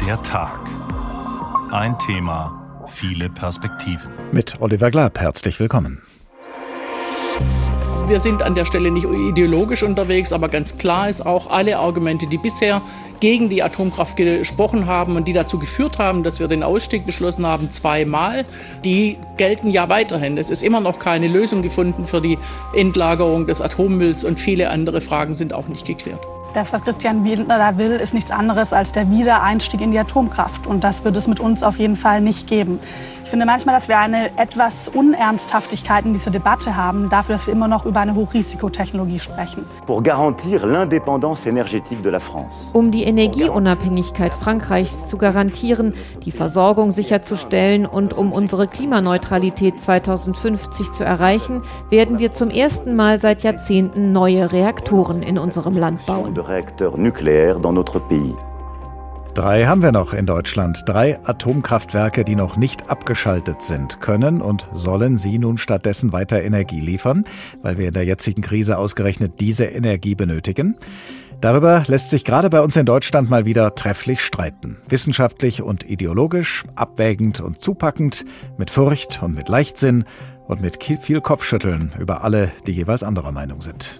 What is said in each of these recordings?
Der Tag. Ein Thema, viele Perspektiven. Mit Oliver Glab, herzlich willkommen. Wir sind an der Stelle nicht ideologisch unterwegs, aber ganz klar ist auch, alle Argumente, die bisher gegen die Atomkraft gesprochen haben und die dazu geführt haben, dass wir den Ausstieg beschlossen haben, zweimal, die gelten ja weiterhin. Es ist immer noch keine Lösung gefunden für die Endlagerung des Atommülls und viele andere Fragen sind auch nicht geklärt. Das, was Christian Lindner da will, ist nichts anderes als der Wiedereinstieg in die Atomkraft. Und das wird es mit uns auf jeden Fall nicht geben. Ich finde manchmal, dass wir eine etwas Unernsthaftigkeit in dieser Debatte haben, dafür, dass wir immer noch über eine Hochrisikotechnologie sprechen. Um die Energieunabhängigkeit Frankreichs zu garantieren, die Versorgung sicherzustellen und um unsere Klimaneutralität 2050 zu erreichen, werden wir zum ersten Mal seit Jahrzehnten neue Reaktoren in unserem Land bauen. 3 haben wir noch in Deutschland. 3 Atomkraftwerke, die noch nicht abgeschaltet sind. Können und sollen sie nun stattdessen weiter Energie liefern, weil wir in der jetzigen Krise ausgerechnet diese Energie benötigen? Darüber lässt sich gerade bei uns in Deutschland mal wieder trefflich streiten. Wissenschaftlich und ideologisch, abwägend und zupackend, mit Furcht und mit Leichtsinn und mit viel Kopfschütteln über alle, die jeweils anderer Meinung sind.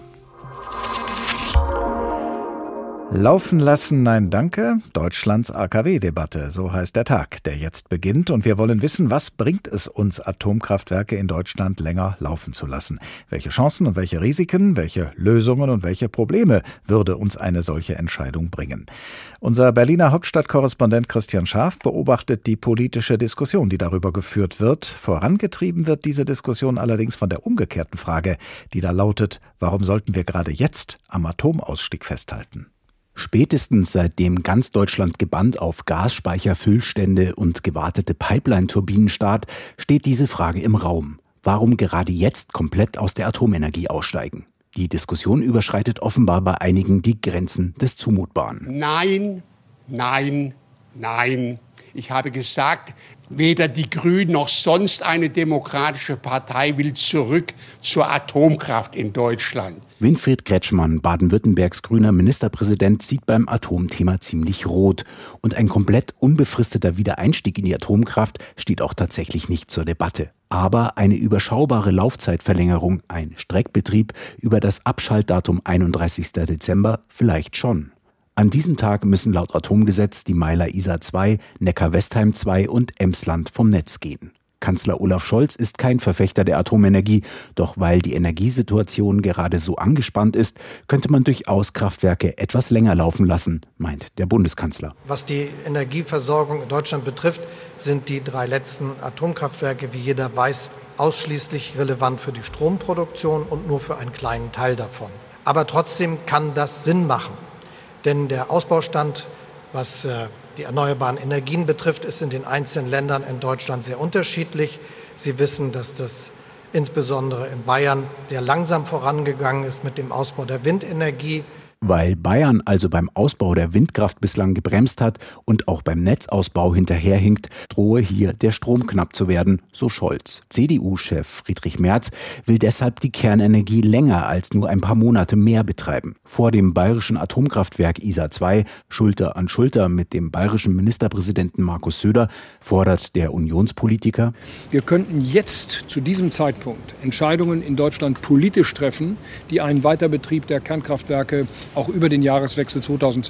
Laufen lassen, nein danke, Deutschlands AKW-Debatte, so heißt der Tag, der jetzt beginnt. Und wir wollen wissen, was bringt es uns, Atomkraftwerke in Deutschland länger laufen zu lassen? Welche Chancen und welche Risiken, welche Lösungen und welche Probleme würde uns eine solche Entscheidung bringen? Unser Berliner Hauptstadtkorrespondent Christian Schaaf beobachtet die politische Diskussion, die darüber geführt wird. Vorangetrieben wird diese Diskussion allerdings von der umgekehrten Frage, die da lautet, warum sollten wir gerade jetzt am Atomausstieg festhalten? Spätestens seitdem ganz Deutschland gebannt auf Gasspeicherfüllstände und gewartete Pipeline-Turbinen starrt, steht diese Frage im Raum. Warum gerade jetzt komplett aus der Atomenergie aussteigen? Die Diskussion überschreitet offenbar bei einigen die Grenzen des Zumutbaren. Nein, nein, nein. Ich habe gesagt, weder die Grünen noch sonst eine demokratische Partei will zurück zur Atomkraft in Deutschland. Winfried Kretschmann, Baden-Württembergs grüner Ministerpräsident, sieht beim Atomthema ziemlich rot. Und ein komplett unbefristeter Wiedereinstieg in die Atomkraft steht auch tatsächlich nicht zur Debatte. Aber eine überschaubare Laufzeitverlängerung, ein Streckbetrieb über das Abschaltdatum 31. Dezember vielleicht schon. An diesem Tag müssen laut Atomgesetz die Meiler Isar 2, Neckar-Westheim 2 und Emsland vom Netz gehen. Kanzler Olaf Scholz ist kein Verfechter der Atomenergie, doch weil die Energiesituation gerade so angespannt ist, könnte man durchaus Kraftwerke etwas länger laufen lassen, meint der Bundeskanzler. Was die Energieversorgung in Deutschland betrifft, sind die 3 letzten Atomkraftwerke, wie jeder weiß, ausschließlich relevant für die Stromproduktion und nur für einen kleinen Teil davon. Aber trotzdem kann das Sinn machen. Denn der Ausbaustand, was die erneuerbaren Energien betrifft, ist in den einzelnen Ländern in Deutschland sehr unterschiedlich. Sie wissen, dass das insbesondere in Bayern sehr langsam vorangegangen ist mit dem Ausbau der Windenergie. Weil Bayern also beim Ausbau der Windkraft bislang gebremst hat und auch beim Netzausbau hinterherhinkt, drohe hier der Strom knapp zu werden, so Scholz. CDU-Chef Friedrich Merz will deshalb die Kernenergie länger als nur ein paar Monate mehr betreiben. Vor dem bayerischen Atomkraftwerk Isar 2, Schulter an Schulter mit dem bayerischen Ministerpräsidenten Markus Söder, fordert der Unionspolitiker: Wir könnten jetzt zu diesem Zeitpunkt Entscheidungen in Deutschland politisch treffen, die einen Weiterbetrieb der Kernkraftwerke auch über den Jahreswechsel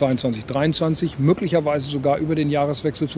2022-23, möglicherweise sogar über den Jahreswechsel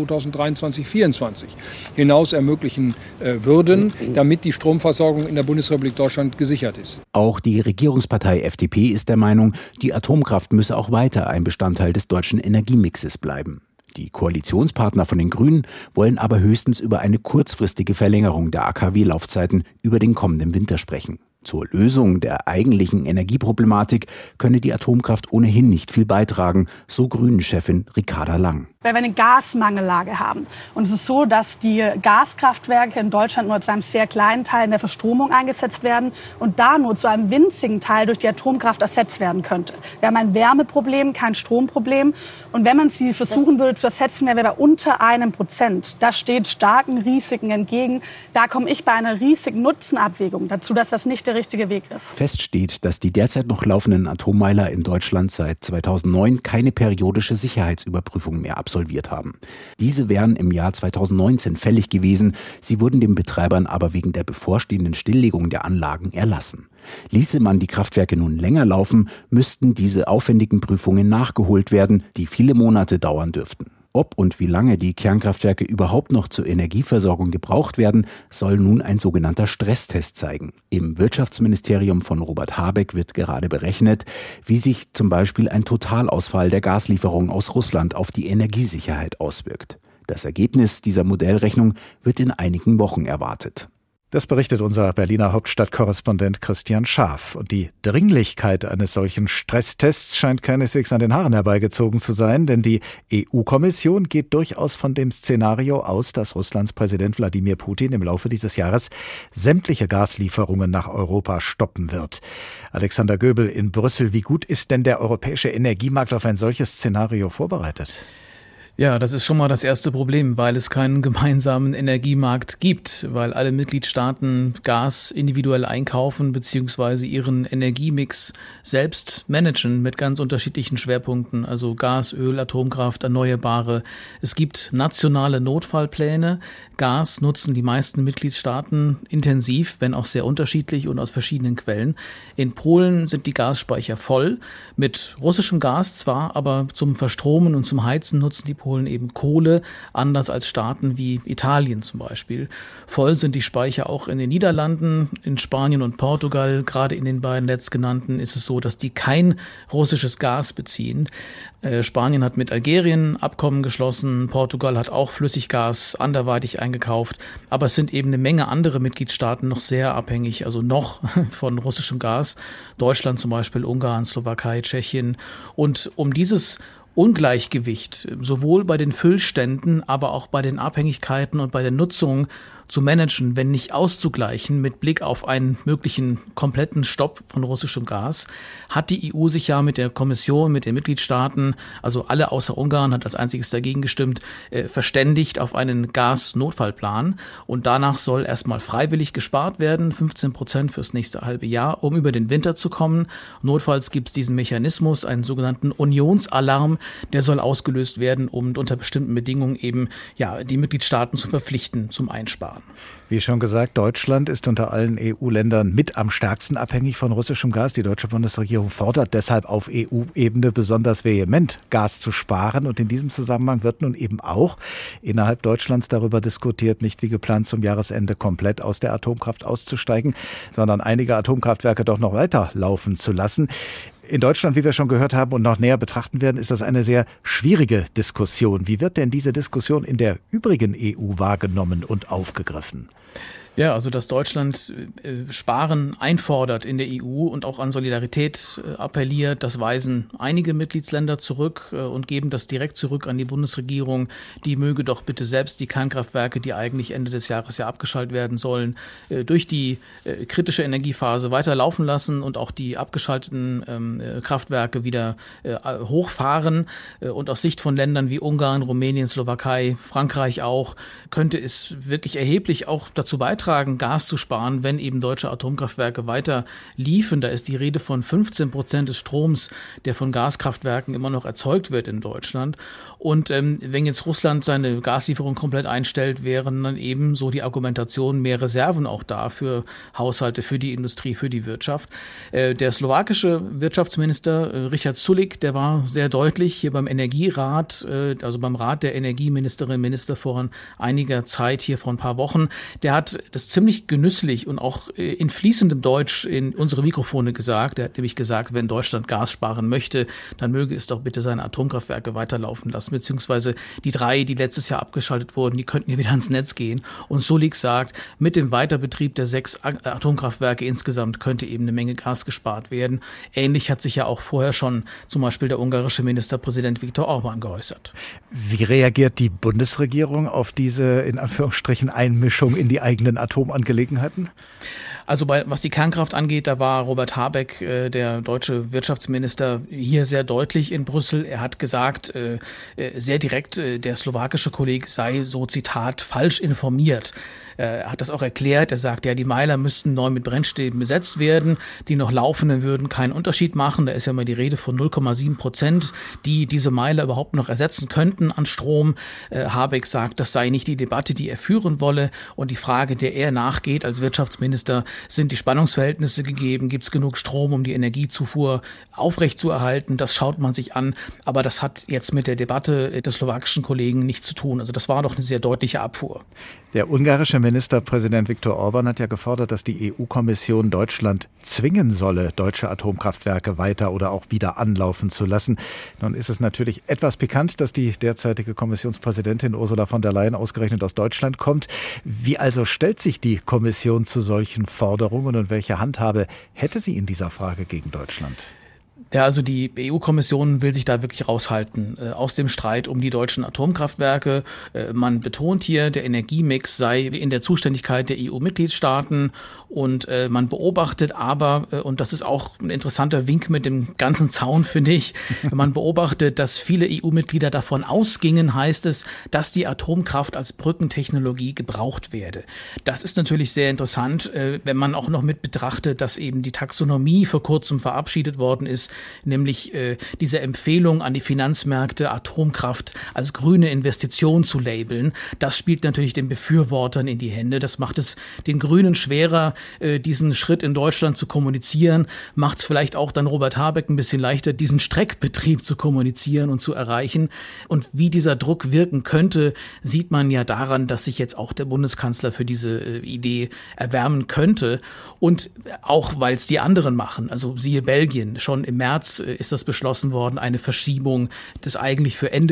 2023-24 hinaus ermöglichen würden, damit die Stromversorgung in der Bundesrepublik Deutschland gesichert ist. Auch die Regierungspartei FDP ist der Meinung, die Atomkraft müsse auch weiter ein Bestandteil des deutschen Energiemixes bleiben. Die Koalitionspartner von den Grünen wollen aber höchstens über eine kurzfristige Verlängerung der AKW-Laufzeiten über den kommenden Winter sprechen. Zur Lösung der eigentlichen Energieproblematik könne die Atomkraft ohnehin nicht viel beitragen, so Grünen-Chefin Ricarda Lang. Weil wir eine Gasmangellage haben. Und es ist so, dass die Gaskraftwerke in Deutschland nur zu einem sehr kleinen Teil in der Verstromung eingesetzt werden und da nur zu einem winzigen Teil durch die Atomkraft ersetzt werden könnte. Wir haben ein Wärmeproblem, kein Stromproblem. Und wenn man sie versuchen würde zu ersetzen, wäre wir bei unter 1%. Das steht starken Risiken entgegen. Da komme ich bei einer riesigen Nutzenabwägung dazu, dass das nicht der richtige Weg ist. Fest steht, dass die derzeit noch laufenden Atommeiler in Deutschland seit 2009 keine periodische Sicherheitsüberprüfung mehr absolviert haben. Diese wären im Jahr 2019 fällig gewesen. Sie wurden den Betreibern aber wegen der bevorstehenden Stilllegung der Anlagen erlassen. Ließe man die Kraftwerke nun länger laufen, müssten diese aufwendigen Prüfungen nachgeholt werden, die viele Monate dauern dürften. Ob und wie lange die Kernkraftwerke überhaupt noch zur Energieversorgung gebraucht werden, soll nun ein sogenannter Stresstest zeigen. Im Wirtschaftsministerium von Robert Habeck wird gerade berechnet, wie sich zum Beispiel ein Totalausfall der Gaslieferung aus Russland auf die Energiesicherheit auswirkt. Das Ergebnis dieser Modellrechnung wird in einigen Wochen erwartet. Das berichtet unser Berliner Hauptstadtkorrespondent Christian Schaaf. Und die Dringlichkeit eines solchen Stresstests scheint keineswegs an den Haaren herbeigezogen zu sein, denn die EU-Kommission geht durchaus von dem Szenario aus, dass Russlands Präsident Wladimir Putin im Laufe dieses Jahres sämtliche Gaslieferungen nach Europa stoppen wird. Alexander Göbel in Brüssel, wie gut ist denn der europäische Energiemarkt auf ein solches Szenario vorbereitet? Ja, das ist schon mal das erste Problem, weil es keinen gemeinsamen Energiemarkt gibt, weil alle Mitgliedstaaten Gas individuell einkaufen bzw. ihren Energiemix selbst managen mit ganz unterschiedlichen Schwerpunkten, also Gas, Öl, Atomkraft, Erneuerbare. Es gibt nationale Notfallpläne. Gas nutzen die meisten Mitgliedstaaten intensiv, wenn auch sehr unterschiedlich und aus verschiedenen Quellen. In Polen sind die Gasspeicher voll, mit russischem Gas zwar, aber zum Verstromen und zum Heizen nutzen die Polen eben Kohle, anders als Staaten wie Italien zum Beispiel. Voll sind die Speicher auch in den Niederlanden, in Spanien und Portugal. Gerade in den beiden letztgenannten ist es so, dass die kein russisches Gas beziehen. Spanien hat mit Algerien Abkommen geschlossen, Portugal hat auch Flüssiggas anderweitig eingekauft, aber es sind eben eine Menge andere Mitgliedstaaten noch sehr abhängig, also noch von russischem Gas. Deutschland zum Beispiel, Ungarn, Slowakei, Tschechien. Und um dieses Ungleichgewicht sowohl bei den Füllständen, aber auch bei den Abhängigkeiten und bei der Nutzung zu managen, wenn nicht auszugleichen mit Blick auf einen möglichen kompletten Stopp von russischem Gas, hat die EU sich ja mit der Kommission, mit den Mitgliedstaaten, also alle außer Ungarn hat als einziges dagegen gestimmt, verständigt auf einen Gasnotfallplan. Und danach soll erstmal freiwillig gespart werden, 15% fürs nächste halbe Jahr, um über den Winter zu kommen. Notfalls gibt es diesen Mechanismus, einen sogenannten Unionsalarm, der soll ausgelöst werden, um unter bestimmten Bedingungen eben die Mitgliedstaaten zu verpflichten zum Einsparen. Wie schon gesagt, Deutschland ist unter allen EU-Ländern mit am stärksten abhängig von russischem Gas. Die deutsche Bundesregierung fordert deshalb auf EU-Ebene besonders vehement, Gas zu sparen. Und in diesem Zusammenhang wird nun eben auch innerhalb Deutschlands darüber diskutiert, nicht wie geplant zum Jahresende komplett aus der Atomkraft auszusteigen, sondern einige Atomkraftwerke doch noch weiter laufen zu lassen. In Deutschland, wie wir schon gehört haben und noch näher betrachten werden, ist das eine sehr schwierige Diskussion. Wie wird denn diese Diskussion in der übrigen EU wahrgenommen und aufgegriffen? Ja, also dass Deutschland Sparen einfordert in der EU und auch an Solidarität appelliert, das weisen einige Mitgliedsländer zurück und geben das direkt zurück an die Bundesregierung. Die möge doch bitte selbst die Kernkraftwerke, die eigentlich Ende des Jahres ja abgeschaltet werden sollen, durch die kritische Energiephase weiter laufen lassen und auch die abgeschalteten Kraftwerke wieder hochfahren. Und aus Sicht von Ländern wie Ungarn, Rumänien, Slowakei, Frankreich auch, könnte es wirklich erheblich auch dazu beitragen, Gas zu sparen, wenn eben deutsche Atomkraftwerke weiter liefen. Da ist die Rede von 15% des Stroms, der von Gaskraftwerken immer noch erzeugt wird in Deutschland. Und wenn jetzt Russland seine Gaslieferung komplett einstellt, wären dann eben so die Argumentation mehr Reserven auch da für Haushalte, für die Industrie, für die Wirtschaft. Der slowakische Wirtschaftsminister Richard Sulik, der war sehr deutlich hier beim Energierat, also beim Rat der Energieministerinnen und Minister vor einiger Zeit, hier vor ein paar Wochen, der hat das ziemlich genüsslich und auch in fließendem Deutsch in unsere Mikrofone gesagt. Er hat nämlich gesagt, wenn Deutschland Gas sparen möchte, dann möge es doch bitte seine Atomkraftwerke weiterlaufen lassen, beziehungsweise die 3, die letztes Jahr abgeschaltet wurden, die könnten hier wieder ans Netz gehen. Und Sulik sagt, mit dem Weiterbetrieb der 6 Atomkraftwerke insgesamt könnte eben eine Menge Gas gespart werden. Ähnlich hat sich ja auch vorher schon zum Beispiel der ungarische Ministerpräsident Viktor Orbán geäußert. Wie reagiert die Bundesregierung auf diese, in Anführungsstrichen, Einmischung in die eigenen Atomangelegenheiten? Also was die Kernkraft angeht, da war Robert Habeck, der deutsche Wirtschaftsminister, hier sehr deutlich in Brüssel. Er hat gesagt, sehr direkt, der slowakische Kollege sei, so Zitat, falsch informiert. Er hat das auch erklärt. Er sagt, ja, die Meiler müssten neu mit Brennstäben besetzt werden. Die noch laufenden würden keinen Unterschied machen. Da ist ja mal die Rede von 0,7%, die diese Meiler überhaupt noch ersetzen könnten an Strom. Habeck sagt, das sei nicht die Debatte, die er führen wolle. Und die Frage, der er nachgeht als Wirtschaftsminister, sind die Spannungsverhältnisse gegeben? Gibt es genug Strom, um die Energiezufuhr aufrechtzuerhalten? Das schaut man sich an. Aber das hat jetzt mit der Debatte des slowakischen Kollegen nichts zu tun. Also das war doch eine sehr deutliche Abfuhr. Der ungarische Ministerpräsident Viktor Orban hat ja gefordert, dass die EU-Kommission Deutschland zwingen solle, deutsche Atomkraftwerke weiter oder auch wieder anlaufen zu lassen. Nun ist es natürlich etwas pikant, dass die derzeitige Kommissionspräsidentin Ursula von der Leyen ausgerechnet aus Deutschland kommt. Wie also stellt sich die Kommission zu solchen Forderungen und welche Handhabe hätte sie in dieser Frage gegen Deutschland? Ja, also die EU-Kommission will sich da wirklich raushalten aus dem Streit um die deutschen Atomkraftwerke. Man betont hier, der Energiemix sei in der Zuständigkeit der EU-Mitgliedstaaten und man beobachtet aber, und das ist auch ein interessanter Wink mit dem ganzen Zaun, finde ich, man beobachtet, dass viele EU-Mitglieder davon ausgingen, heißt es, dass die Atomkraft als Brückentechnologie gebraucht werde. Das ist natürlich sehr interessant, wenn man auch noch mit betrachtet, dass eben die Taxonomie vor kurzem verabschiedet worden ist, nämlich diese Empfehlung an die Finanzmärkte, Atomkraft als grüne Investition zu labeln. Das spielt natürlich den Befürwortern in die Hände. Das macht es den Grünen schwerer, diesen Schritt in Deutschland zu kommunizieren. Macht es vielleicht auch dann Robert Habeck ein bisschen leichter, diesen Streckbetrieb zu kommunizieren und zu erreichen. Und wie dieser Druck wirken könnte, sieht man ja daran, dass sich jetzt auch der Bundeskanzler für diese Idee erwärmen könnte. Und auch, weil es die anderen machen. Also siehe Belgien, schon im März ist das beschlossen worden, eine Verschiebung des eigentlich für Ende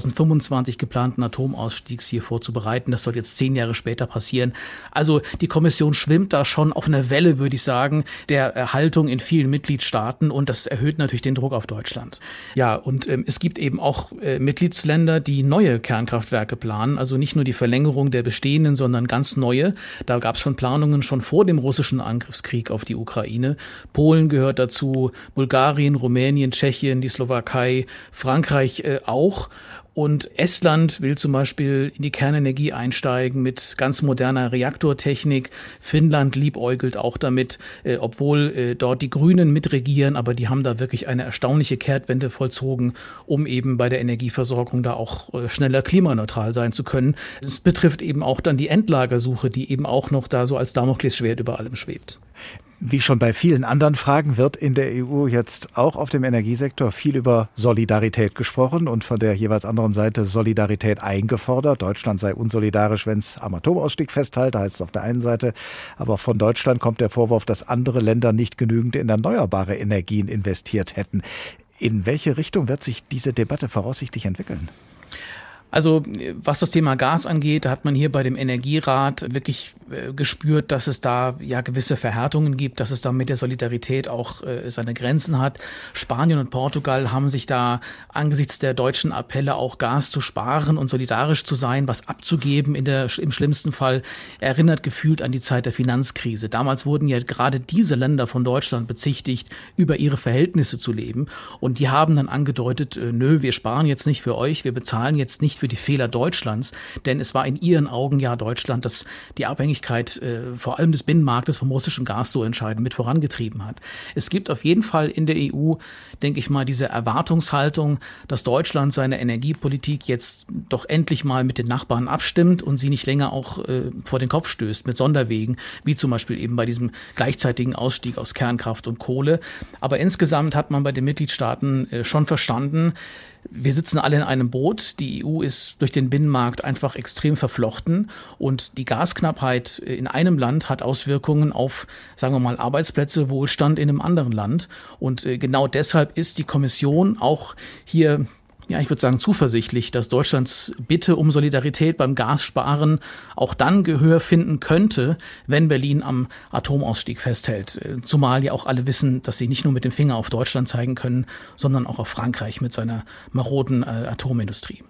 2025 geplanten Atomausstiegs hier vorzubereiten. Das soll jetzt 10 Jahre später passieren. Also die Kommission schwimmt da schon auf einer Welle, würde ich sagen, der Haltung in vielen Mitgliedstaaten und das erhöht natürlich den Druck auf Deutschland. Ja, und es gibt eben auch Mitgliedsländer, die neue Kernkraftwerke planen, also nicht nur die Verlängerung der bestehenden, sondern ganz neue. Da gab es schon Planungen schon vor dem russischen Angriffskrieg auf die Ukraine. Polen gehört dazu, Bulgarien, Rumänien, Tschechien, die Slowakei, Frankreich auch. Und Estland will zum Beispiel in die Kernenergie einsteigen mit ganz moderner Reaktortechnik. Finnland liebäugelt auch damit, obwohl dort die Grünen mitregieren, aber die haben da wirklich eine erstaunliche Kehrtwende vollzogen, um eben bei der Energieversorgung da auch schneller klimaneutral sein zu können. Es betrifft eben auch dann die Endlagersuche, die eben auch noch da so als Damoklesschwert über allem schwebt. Wie schon bei vielen anderen Fragen wird in der EU jetzt auch auf dem Energiesektor viel über Solidarität gesprochen und von der jeweils anderen Seite Solidarität eingefordert. Deutschland sei unsolidarisch, wenn es am Atomausstieg festhalte, heißt es auf der einen Seite. Aber von Deutschland kommt der Vorwurf, dass andere Länder nicht genügend in erneuerbare Energien investiert hätten. In welche Richtung wird sich diese Debatte voraussichtlich entwickeln? Also was das Thema Gas angeht, da hat man hier bei dem Energierat wirklich gespürt, dass es da ja gewisse Verhärtungen gibt, dass es da mit der Solidarität auch seine Grenzen hat. Spanien und Portugal haben sich da angesichts der deutschen Appelle auch Gas zu sparen und solidarisch zu sein, was abzugeben im schlimmsten Fall, erinnert gefühlt an die Zeit der Finanzkrise. Damals wurden ja gerade diese Länder von Deutschland bezichtigt, über ihre Verhältnisse zu leben. Und die haben dann angedeutet, nö, wir sparen jetzt nicht für euch, wir bezahlen jetzt nicht für die Fehler Deutschlands, denn es war in ihren Augen ja Deutschland, das die Abhängigkeit vor allem des Binnenmarktes vom russischen Gas so entscheidend mit vorangetrieben hat. Es gibt auf jeden Fall in der EU, denke ich mal, diese Erwartungshaltung, dass Deutschland seine Energiepolitik jetzt doch endlich mal mit den Nachbarn abstimmt und sie nicht länger auch vor den Kopf stößt mit Sonderwegen, wie zum Beispiel eben bei diesem gleichzeitigen Ausstieg aus Kernkraft und Kohle. Aber insgesamt hat man bei den Mitgliedstaaten schon verstanden, wir sitzen alle in einem Boot. Die EU ist durch den Binnenmarkt einfach extrem verflochten und die Gasknappheit in einem Land hat Auswirkungen auf, sagen wir mal, Arbeitsplätze, Wohlstand in einem anderen Land. Und genau deshalb ist die Kommission auch hier, ja, ich würde sagen, zuversichtlich, dass Deutschlands Bitte um Solidarität beim Gassparen auch dann Gehör finden könnte, wenn Berlin am Atomausstieg festhält. Zumal ja auch alle wissen, dass sie nicht nur mit dem Finger auf Deutschland zeigen können, sondern auch auf Frankreich mit seiner maroden Atomindustrie.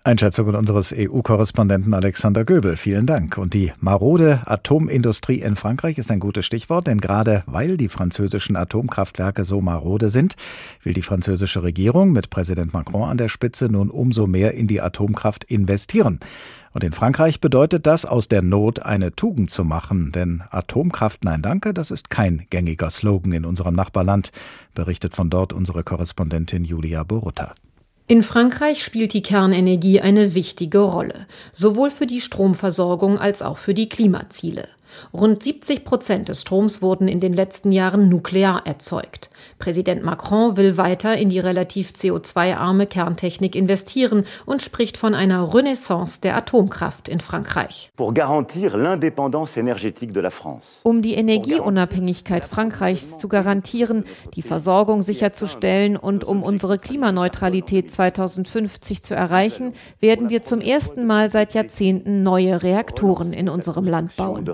Einschätzung unseres EU-Korrespondenten Alexander Göbel. Vielen Dank. Und die marode Atomindustrie in Frankreich ist ein gutes Stichwort, denn gerade weil die französischen Atomkraftwerke so marode sind, will die französische Regierung mit Präsident Macron an der Spitze nun umso mehr in die Atomkraft investieren. Und in Frankreich bedeutet das, aus der Not eine Tugend zu machen. Denn Atomkraft, nein danke, das ist kein gängiger Slogan in unserem Nachbarland, berichtet von dort unsere Korrespondentin Julia Borutta. In Frankreich spielt die Kernenergie eine wichtige Rolle, sowohl für die Stromversorgung als auch für die Klimaziele. Rund 70% des Stroms wurden in den letzten Jahren nuklear erzeugt. Präsident Macron will weiter in die relativ CO2-arme Kerntechnik investieren und spricht von einer Renaissance der Atomkraft in Frankreich. Um die Energieunabhängigkeit Frankreichs zu garantieren, die Versorgung sicherzustellen und um unsere Klimaneutralität 2050 zu erreichen, werden wir zum ersten Mal seit Jahrzehnten neue Reaktoren in unserem Land bauen.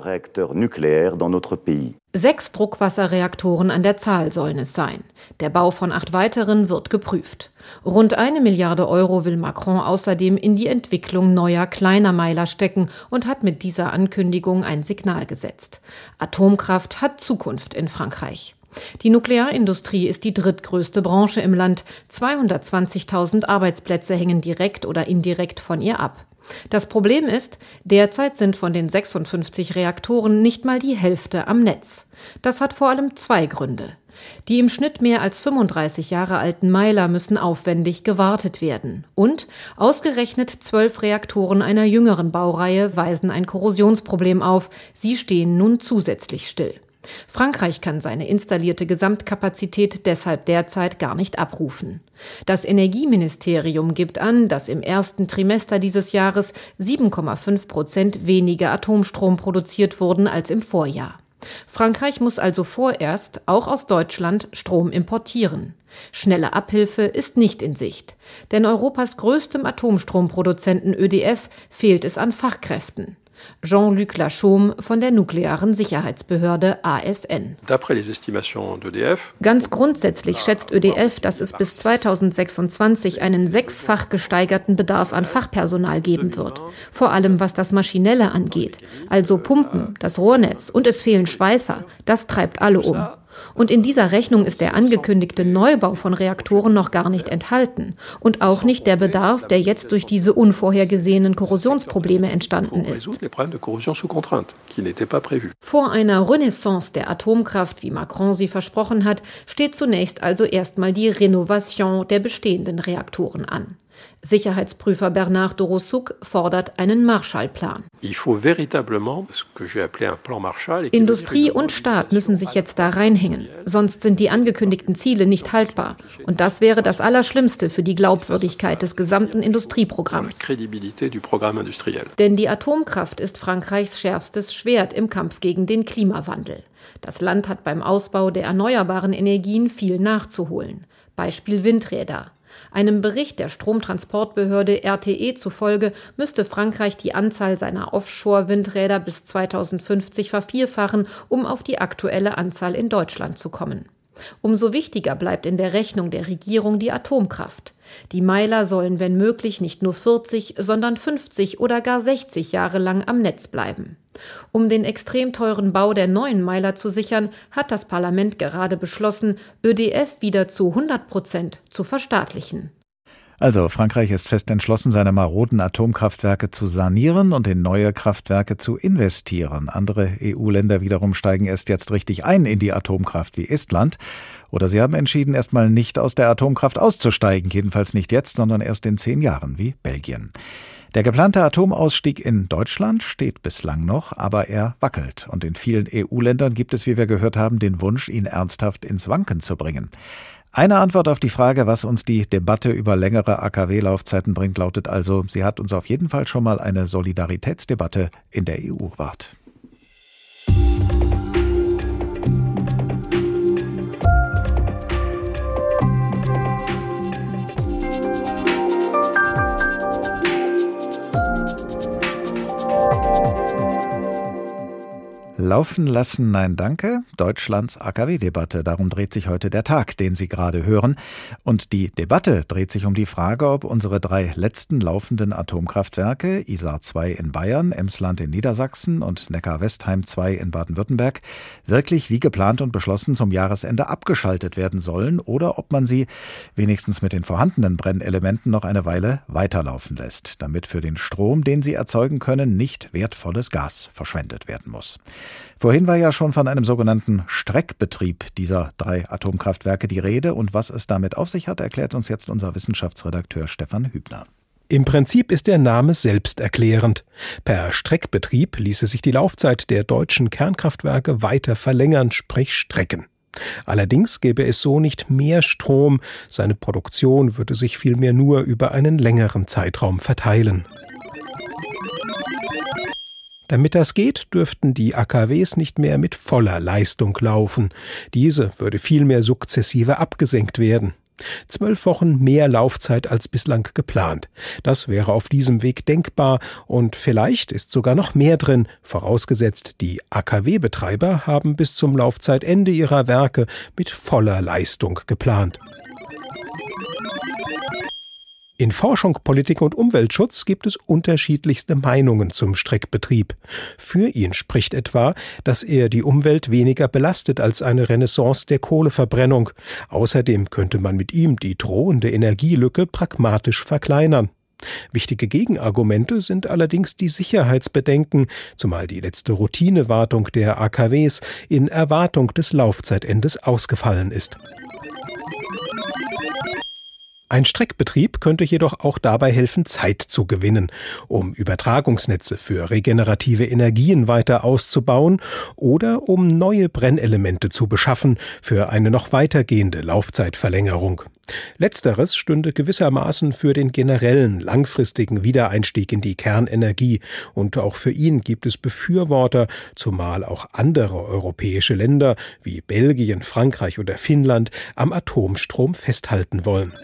6 Druckwasserreaktoren an der Zahl sollen es sein. Der Bau von 8 weiteren wird geprüft. Rund 1 Milliarde Euro will Macron außerdem in die Entwicklung neuer kleiner Meiler stecken und hat mit dieser Ankündigung ein Signal gesetzt. Atomkraft hat Zukunft in Frankreich. Die Nuklearindustrie ist die drittgrößte Branche im Land. 220.000 Arbeitsplätze hängen direkt oder indirekt von ihr ab. Das Problem ist, derzeit sind von den 56 Reaktoren nicht mal die Hälfte am Netz. Das hat vor allem 2 Gründe. Die im Schnitt mehr als 35 Jahre alten Meiler müssen aufwendig gewartet werden. Und ausgerechnet 12 Reaktoren einer jüngeren Baureihe weisen ein Korrosionsproblem auf. Sie stehen nun zusätzlich still. Frankreich kann seine installierte Gesamtkapazität deshalb derzeit gar nicht abrufen. Das Energieministerium gibt an, dass im ersten Trimester dieses Jahres 7,5% weniger Atomstrom produziert wurden als im Vorjahr. Frankreich muss also vorerst, auch aus Deutschland, Strom importieren. Schnelle Abhilfe ist nicht in Sicht. Denn Europas größtem Atomstromproduzenten EDF fehlt es an Fachkräften. Jean-Luc Lachaume von der nuklearen Sicherheitsbehörde ASN. Ganz grundsätzlich schätzt EDF, dass es bis 2026 einen 6-fach gesteigerten Bedarf an Fachpersonal geben wird. Vor allem was das Maschinelle angeht. Also Pumpen, das Rohrnetz und es fehlen Schweißer. Das treibt alle um. Und in dieser Rechnung ist der angekündigte Neubau von Reaktoren noch gar nicht enthalten. Und auch nicht der Bedarf, der jetzt durch diese unvorhergesehenen Korrosionsprobleme entstanden ist. Vor einer Renaissance der Atomkraft, wie Macron sie versprochen hat, steht zunächst also erstmal die Renovation der bestehenden Reaktoren an. Sicherheitsprüfer Bernard Doroszuk fordert einen Marshallplan. Industrie und Staat müssen sich jetzt da reinhängen, sonst sind die angekündigten Ziele nicht haltbar. Und das wäre das Allerschlimmste für die Glaubwürdigkeit des gesamten Industrieprogramms. Denn die Atomkraft ist Frankreichs schärfstes Schwert im Kampf gegen den Klimawandel. Das Land hat beim Ausbau der erneuerbaren Energien viel nachzuholen. Beispiel Windräder. Einem Bericht der Stromtransportbehörde RTE zufolge müsste Frankreich die Anzahl seiner Offshore-Windräder bis 2050 vervierfachen, um auf die aktuelle Anzahl in Deutschland zu kommen. Umso wichtiger bleibt in der Rechnung der Regierung die Atomkraft. Die Meiler sollen, wenn möglich, nicht nur 40, sondern 50 oder gar 60 Jahre lang am Netz bleiben. Um den extrem teuren Bau der neuen Meiler zu sichern, hat das Parlament gerade beschlossen, EDF wieder zu 100% zu verstaatlichen. Also Frankreich ist fest entschlossen, seine maroden Atomkraftwerke zu sanieren und in neue Kraftwerke zu investieren. Andere EU-Länder wiederum steigen erst jetzt richtig ein in die Atomkraft wie Estland. Oder sie haben entschieden, erstmal nicht aus der Atomkraft auszusteigen. Jedenfalls nicht jetzt, sondern erst in 10 Jahren wie Belgien. Der geplante Atomausstieg in Deutschland steht bislang noch, aber er wackelt. Und in vielen EU-Ländern gibt es, wie wir gehört haben, den Wunsch, ihn ernsthaft ins Wanken zu bringen. Eine Antwort auf die Frage, was uns die Debatte über längere AKW-Laufzeiten bringt, lautet also, sie hat uns auf jeden Fall schon mal eine Solidaritätsdebatte in der EU gewahrt. Laufen lassen, nein danke, Deutschlands AKW-Debatte. Darum dreht sich heute der Tag, den Sie gerade hören. Und die Debatte dreht sich um die Frage, ob unsere 3 letzten laufenden Atomkraftwerke, Isar 2 in Bayern, Emsland in Niedersachsen und Neckar-Westheim 2 in Baden-Württemberg, wirklich wie geplant und beschlossen zum Jahresende abgeschaltet werden sollen oder ob man sie wenigstens mit den vorhandenen Brennelementen noch eine Weile weiterlaufen lässt, damit für den Strom, den sie erzeugen können, nicht wertvolles Gas verschwendet werden muss. Vorhin war ja schon von einem sogenannten Streckbetrieb dieser 3 Atomkraftwerke die Rede. Und was es damit auf sich hat, erklärt uns jetzt unser Wissenschaftsredakteur Stefan Hübner. Im Prinzip ist der Name selbsterklärend. Per Streckbetrieb ließe sich die Laufzeit der deutschen Kernkraftwerke weiter verlängern, sprich strecken. Allerdings gäbe es so nicht mehr Strom. Seine Produktion würde sich vielmehr nur über einen längeren Zeitraum verteilen. Damit das geht, dürften die AKWs nicht mehr mit voller Leistung laufen. Diese würde vielmehr sukzessive abgesenkt werden. 12 Wochen mehr Laufzeit als bislang geplant. Das wäre auf diesem Weg denkbar und vielleicht ist sogar noch mehr drin, vorausgesetzt, die AKW-Betreiber haben bis zum Laufzeitende ihrer Werke mit voller Leistung geplant. In Forschung, Politik und Umweltschutz gibt es unterschiedlichste Meinungen zum Streckbetrieb. Für ihn spricht etwa, dass er die Umwelt weniger belastet als eine Renaissance der Kohleverbrennung. Außerdem könnte man mit ihm die drohende Energielücke pragmatisch verkleinern. Wichtige Gegenargumente sind allerdings die Sicherheitsbedenken, zumal die letzte Routinewartung der AKWs in Erwartung des Laufzeitendes ausgefallen ist. Ein Streckbetrieb könnte jedoch auch dabei helfen, Zeit zu gewinnen, um Übertragungsnetze für regenerative Energien weiter auszubauen oder um neue Brennelemente zu beschaffen für eine noch weitergehende Laufzeitverlängerung. Letzteres stünde gewissermaßen für den generellen, langfristigen Wiedereinstieg in die Kernenergie und auch für ihn gibt es Befürworter, zumal auch andere europäische Länder wie Belgien, Frankreich oder Finnland am Atomstrom festhalten wollen.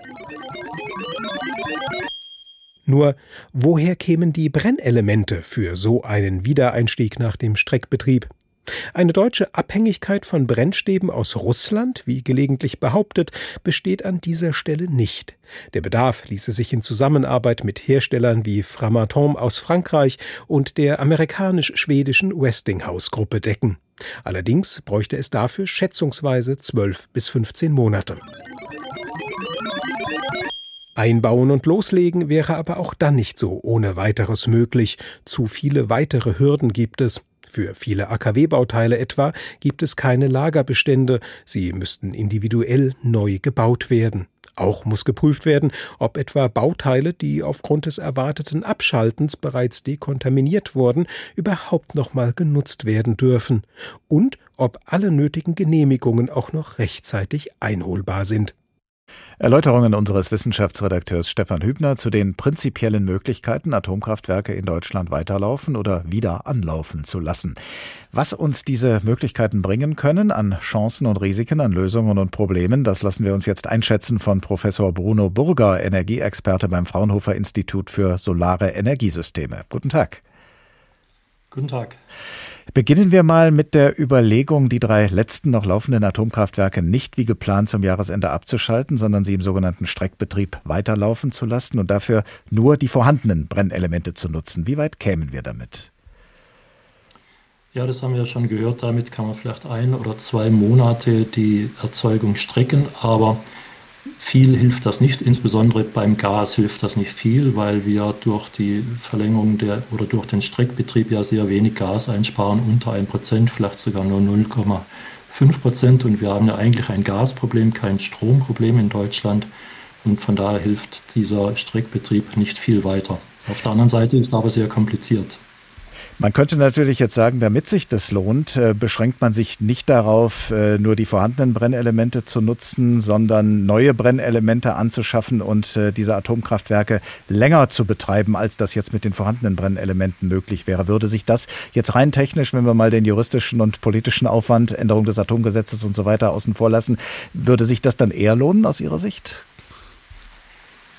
Nur, woher kämen die Brennelemente für so einen Wiedereinstieg nach dem Streckbetrieb? Eine deutsche Abhängigkeit von Brennstäben aus Russland, wie gelegentlich behauptet, besteht an dieser Stelle nicht. Der Bedarf ließe sich in Zusammenarbeit mit Herstellern wie Framatome aus Frankreich und der amerikanisch-schwedischen Westinghouse-Gruppe decken. Allerdings bräuchte es dafür schätzungsweise 12 bis 15 Monate. Einbauen und loslegen wäre aber auch dann nicht so ohne weiteres möglich. Zu viele weitere Hürden gibt es. Für viele AKW-Bauteile etwa gibt es keine Lagerbestände. Sie müssten individuell neu gebaut werden. Auch muss geprüft werden, ob etwa Bauteile, die aufgrund des erwarteten Abschaltens bereits dekontaminiert wurden, überhaupt noch mal genutzt werden dürfen. Und ob alle nötigen Genehmigungen auch noch rechtzeitig einholbar sind. Erläuterungen unseres Wissenschaftsredakteurs Stefan Hübner zu den prinzipiellen Möglichkeiten, Atomkraftwerke in Deutschland weiterlaufen oder wieder anlaufen zu lassen. Was uns diese Möglichkeiten bringen können an Chancen und Risiken, an Lösungen und Problemen, das lassen wir uns jetzt einschätzen von Professor Bruno Burger, Energieexperte beim Fraunhofer Institut für Solare Energiesysteme. Guten Tag. Guten Tag. Beginnen wir mal mit der Überlegung, die 3 letzten noch laufenden Atomkraftwerke nicht wie geplant zum Jahresende abzuschalten, sondern sie im sogenannten Streckbetrieb weiterlaufen zu lassen und dafür nur die vorhandenen Brennelemente zu nutzen. Wie weit kämen wir damit? Ja, das haben wir ja schon gehört. Damit kann man vielleicht 1 oder 2 Monate die Erzeugung strecken, aber viel hilft das nicht, insbesondere beim Gas hilft das nicht viel, weil wir durch die Verlängerung oder durch den Streckbetrieb ja sehr wenig Gas einsparen, unter 1%, vielleicht sogar nur 0,5%. Und wir haben ja eigentlich ein Gasproblem, kein Stromproblem in Deutschland. Und von daher hilft dieser Streckbetrieb nicht viel weiter. Auf der anderen Seite ist es aber sehr kompliziert. Man könnte natürlich jetzt sagen, damit sich das lohnt, beschränkt man sich nicht darauf, nur die vorhandenen Brennelemente zu nutzen, sondern neue Brennelemente anzuschaffen und diese Atomkraftwerke länger zu betreiben, als das jetzt mit den vorhandenen Brennelementen möglich wäre. Würde sich das jetzt rein technisch, wenn wir mal den juristischen und politischen Aufwand, Änderung des Atomgesetzes und so weiter außen vor lassen, würde sich das dann eher lohnen aus Ihrer Sicht?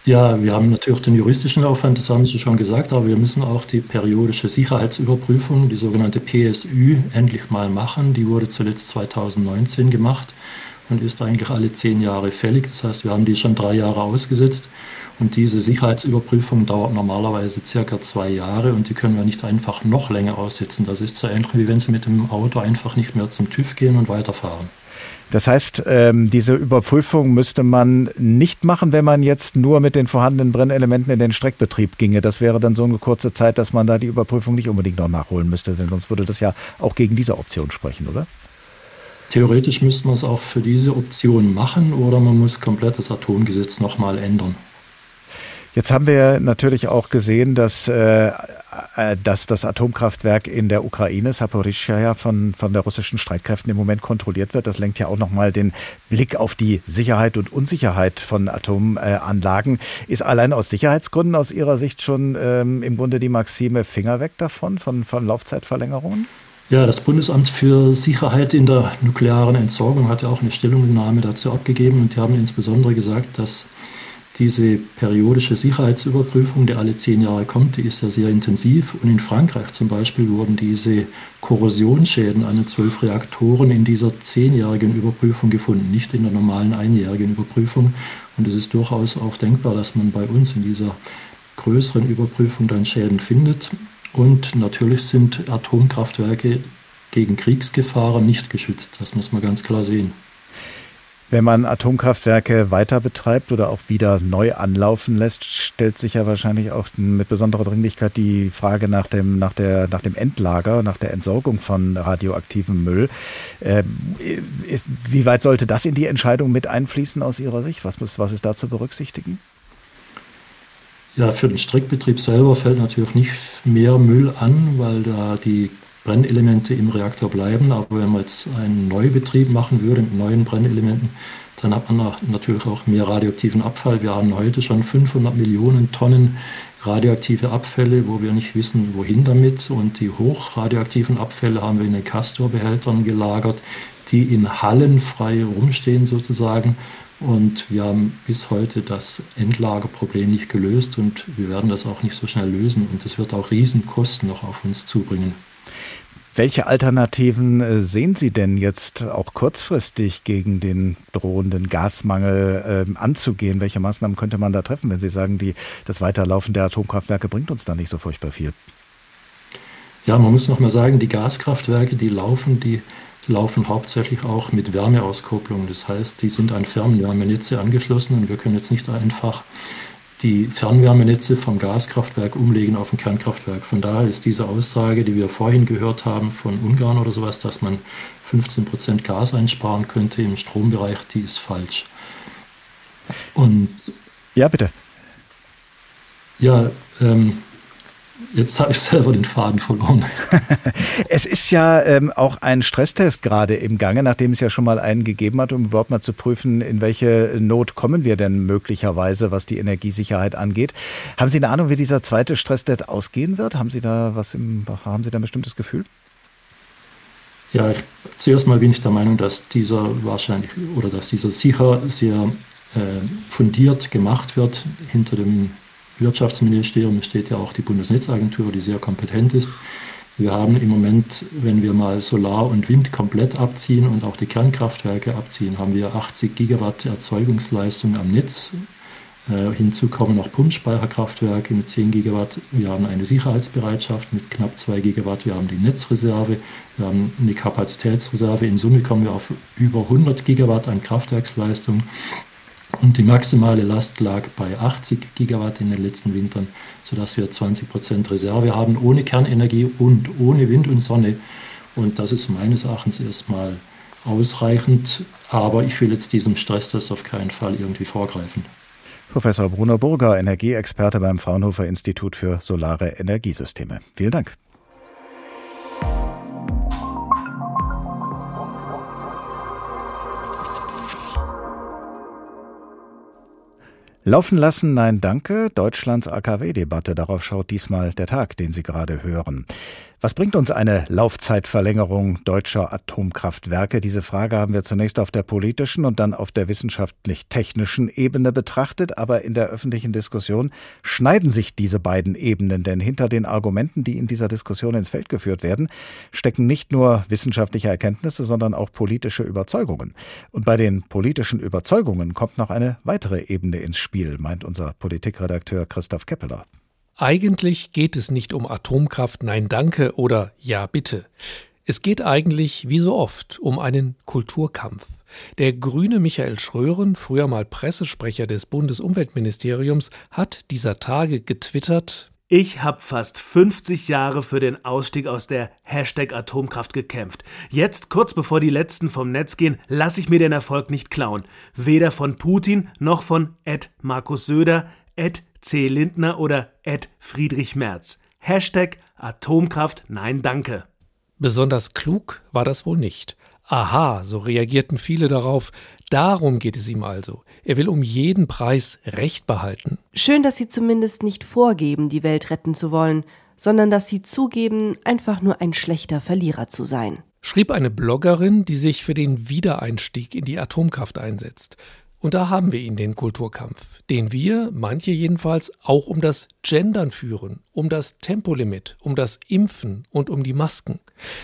Ja, wir haben natürlich den juristischen Aufwand, das haben Sie schon gesagt, aber wir müssen auch die periodische Sicherheitsüberprüfung, die sogenannte PSÜ, endlich mal machen. Die wurde zuletzt 2019 gemacht und ist eigentlich alle 10 Jahre fällig. Das heißt, wir haben die schon 3 Jahre ausgesetzt. Und diese Sicherheitsüberprüfung dauert normalerweise circa 2 Jahre und die können wir nicht einfach noch länger aussetzen. Das ist so ähnlich, wie wenn Sie mit dem Auto einfach nicht mehr zum TÜV gehen und weiterfahren. Das heißt, diese Überprüfung müsste man nicht machen, wenn man jetzt nur mit den vorhandenen Brennelementen in den Streckbetrieb ginge. Das wäre dann so eine kurze Zeit, dass man da die Überprüfung nicht unbedingt noch nachholen müsste, denn sonst würde das ja auch gegen diese Option sprechen, oder? Theoretisch müsste man es auch für diese Option machen oder man muss komplett das Atomgesetz nochmal ändern. Jetzt haben wir natürlich auch gesehen, dass das Atomkraftwerk in der Ukraine, Saporischschja, von der russischen Streitkräften im Moment kontrolliert wird. Das lenkt ja auch nochmal den Blick auf die Sicherheit und Unsicherheit von Atomanlagen. Ist allein aus Sicherheitsgründen aus Ihrer Sicht schon im Grunde die Maxime Finger weg davon, von Laufzeitverlängerungen? Ja, das Bundesamt für Sicherheit in der nuklearen Entsorgung hat ja auch eine Stellungnahme dazu abgegeben und die haben insbesondere gesagt, dass diese periodische Sicherheitsüberprüfung, die alle 10 Jahre kommt, die ist ja sehr intensiv. Und in Frankreich zum Beispiel wurden diese Korrosionsschäden an den 12 Reaktoren in dieser 10-jährigen Überprüfung gefunden, nicht in der normalen 1-jährigen Überprüfung. Und es ist durchaus auch denkbar, dass man bei uns in dieser größeren Überprüfung dann Schäden findet. Und natürlich sind Atomkraftwerke gegen Kriegsgefahren nicht geschützt. Das muss man ganz klar sehen. Wenn man Atomkraftwerke weiter betreibt oder auch wieder neu anlaufen lässt, stellt sich ja wahrscheinlich auch mit besonderer Dringlichkeit die Frage nach dem Endlager, nach der Entsorgung von radioaktivem Müll. Wie weit sollte das in die Entscheidung mit einfließen aus Ihrer Sicht? Was ist da zu berücksichtigen? Ja, für den Streckbetrieb selber fällt natürlich nicht mehr Müll an, weil da die Brennelemente im Reaktor bleiben, aber wenn man jetzt einen Neubetrieb machen würde mit neuen Brennelementen, dann hat man natürlich auch mehr radioaktiven Abfall. Wir haben heute schon 500 Millionen Tonnen radioaktive Abfälle, wo wir nicht wissen, wohin damit. Und die hochradioaktiven Abfälle haben wir in den Castor-Behältern gelagert, die in Hallen frei rumstehen sozusagen. Und wir haben bis heute das Endlagerproblem nicht gelöst und wir werden das auch nicht so schnell lösen. Und es wird auch Riesenkosten noch auf uns zubringen. Welche Alternativen sehen Sie denn jetzt auch kurzfristig gegen den drohenden Gasmangel anzugehen? Welche Maßnahmen könnte man da treffen, wenn Sie sagen, das Weiterlaufen der Atomkraftwerke bringt uns da nicht so furchtbar viel? Ja, man muss noch mal sagen, die Gaskraftwerke, die laufen hauptsächlich auch mit Wärmeauskopplung. Das heißt, die sind an Fernwärmenetze angeschlossen und wir können jetzt nicht einfach die Fernwärmenetze vom Gaskraftwerk umlegen auf ein Kernkraftwerk. Von daher ist diese Aussage, die wir vorhin gehört haben von Ungarn oder sowas, dass man 15% Gas einsparen könnte im Strombereich, die ist falsch. Und ja, bitte. Ja, jetzt habe ich selber den Faden verloren. Es ist ja auch ein Stresstest gerade im Gange, nachdem es ja schon mal einen gegeben hat, um überhaupt mal zu prüfen, in welche Not kommen wir denn möglicherweise, was die Energiesicherheit angeht. Haben Sie eine Ahnung, wie dieser zweite Stresstest ausgehen wird? Haben Sie da ein bestimmtes Gefühl? Ja, zuerst mal bin ich der Meinung, dass dieser sicher sehr fundiert gemacht wird. Hinter dem Wirtschaftsministerium steht ja auch die Bundesnetzagentur, die sehr kompetent ist. Wir haben im Moment, wenn wir mal Solar und Wind komplett abziehen und auch die Kernkraftwerke abziehen, haben wir 80 Gigawatt Erzeugungsleistung am Netz. Hinzu kommen noch Pumpspeicherkraftwerke mit 10 Gigawatt. Wir haben eine Sicherheitsbereitschaft mit knapp 2 Gigawatt. Wir haben die Netzreserve. Wir haben eine Kapazitätsreserve. In Summe kommen wir auf über 100 Gigawatt an Kraftwerksleistung. Und die maximale Last lag bei 80 Gigawatt in den letzten Wintern, sodass wir 20% Reserve haben, ohne Kernenergie und ohne Wind und Sonne. Und das ist meines Erachtens erstmal ausreichend. Aber ich will jetzt diesem Stresstest auf keinen Fall irgendwie vorgreifen. Professor Bruno Burger, Energieexperte beim Fraunhofer Institut für Solare Energiesysteme. Vielen Dank. Laufen lassen, nein danke, Deutschlands AKW-Debatte, darauf schaut diesmal der Tag, den Sie gerade hören. Was bringt uns eine Laufzeitverlängerung deutscher Atomkraftwerke? Diese Frage haben wir zunächst auf der politischen und dann auf der wissenschaftlich-technischen Ebene betrachtet. Aber in der öffentlichen Diskussion schneiden sich diese beiden Ebenen. Denn hinter den Argumenten, die in dieser Diskussion ins Feld geführt werden, stecken nicht nur wissenschaftliche Erkenntnisse, sondern auch politische Überzeugungen. Und bei den politischen Überzeugungen kommt noch eine weitere Ebene ins Spiel, meint unser Politikredakteur Christoph Keppeler. Eigentlich geht es nicht um Atomkraft, nein danke oder ja bitte. Es geht eigentlich, wie so oft, um einen Kulturkampf. Der grüne Michael Schröeren, früher mal Pressesprecher des Bundesumweltministeriums, hat dieser Tage getwittert: Ich habe fast 50 Jahre für den Ausstieg aus der #Atomkraft gekämpft. Jetzt, kurz bevor die Letzten vom Netz gehen, lasse ich mir den Erfolg nicht klauen. Weder von Putin noch von @Markus Söder, @C. Lindner oder @Friedrich Merz. #Atomkraft, nein danke. Besonders klug war das wohl nicht. Aha, so reagierten viele darauf. Darum geht es ihm also. Er will um jeden Preis Recht behalten. Schön, dass Sie zumindest nicht vorgeben, die Welt retten zu wollen, sondern dass Sie zugeben, einfach nur ein schlechter Verlierer zu sein. Schrieb eine Bloggerin, die sich für den Wiedereinstieg in die Atomkraft einsetzt. Und da haben wir ihn, den Kulturkampf, den wir, manche jedenfalls, auch um das Gendern führen, um das Tempolimit, um das Impfen und um die Masken.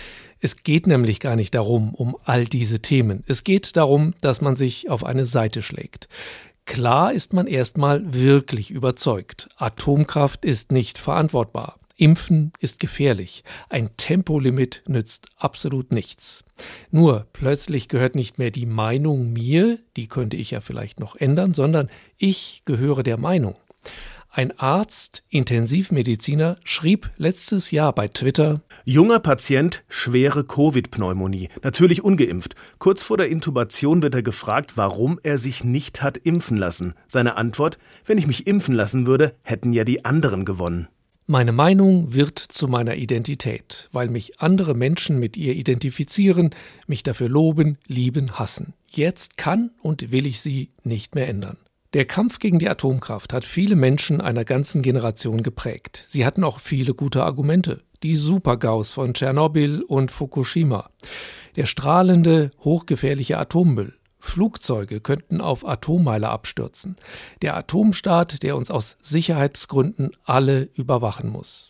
Es geht nämlich gar nicht darum, um all diese Themen. Es geht darum, dass man sich auf eine Seite schlägt. Klar ist man erstmal wirklich überzeugt. Atomkraft ist nicht verantwortbar. Impfen ist gefährlich. Ein Tempolimit nützt absolut nichts. Nur plötzlich gehört nicht mehr die Meinung mir, die könnte ich ja vielleicht noch ändern, sondern ich gehöre der Meinung. Ein Arzt, Intensivmediziner, schrieb letztes Jahr bei Twitter: Junger Patient, schwere Covid-Pneumonie, natürlich ungeimpft. Kurz vor der Intubation wird er gefragt, warum er sich nicht hat impfen lassen. Seine Antwort: Wenn ich mich impfen lassen würde, hätten ja die anderen gewonnen. Meine Meinung wird zu meiner Identität, weil mich andere Menschen mit ihr identifizieren, mich dafür loben, lieben, hassen. Jetzt kann und will ich sie nicht mehr ändern. Der Kampf gegen die Atomkraft hat viele Menschen einer ganzen Generation geprägt. Sie hatten auch viele gute Argumente. Die Super-GAUs von Tschernobyl und Fukushima. Der strahlende, hochgefährliche Atommüll. Flugzeuge könnten auf Atommeile abstürzen. Der Atomstaat, der uns aus Sicherheitsgründen alle überwachen muss.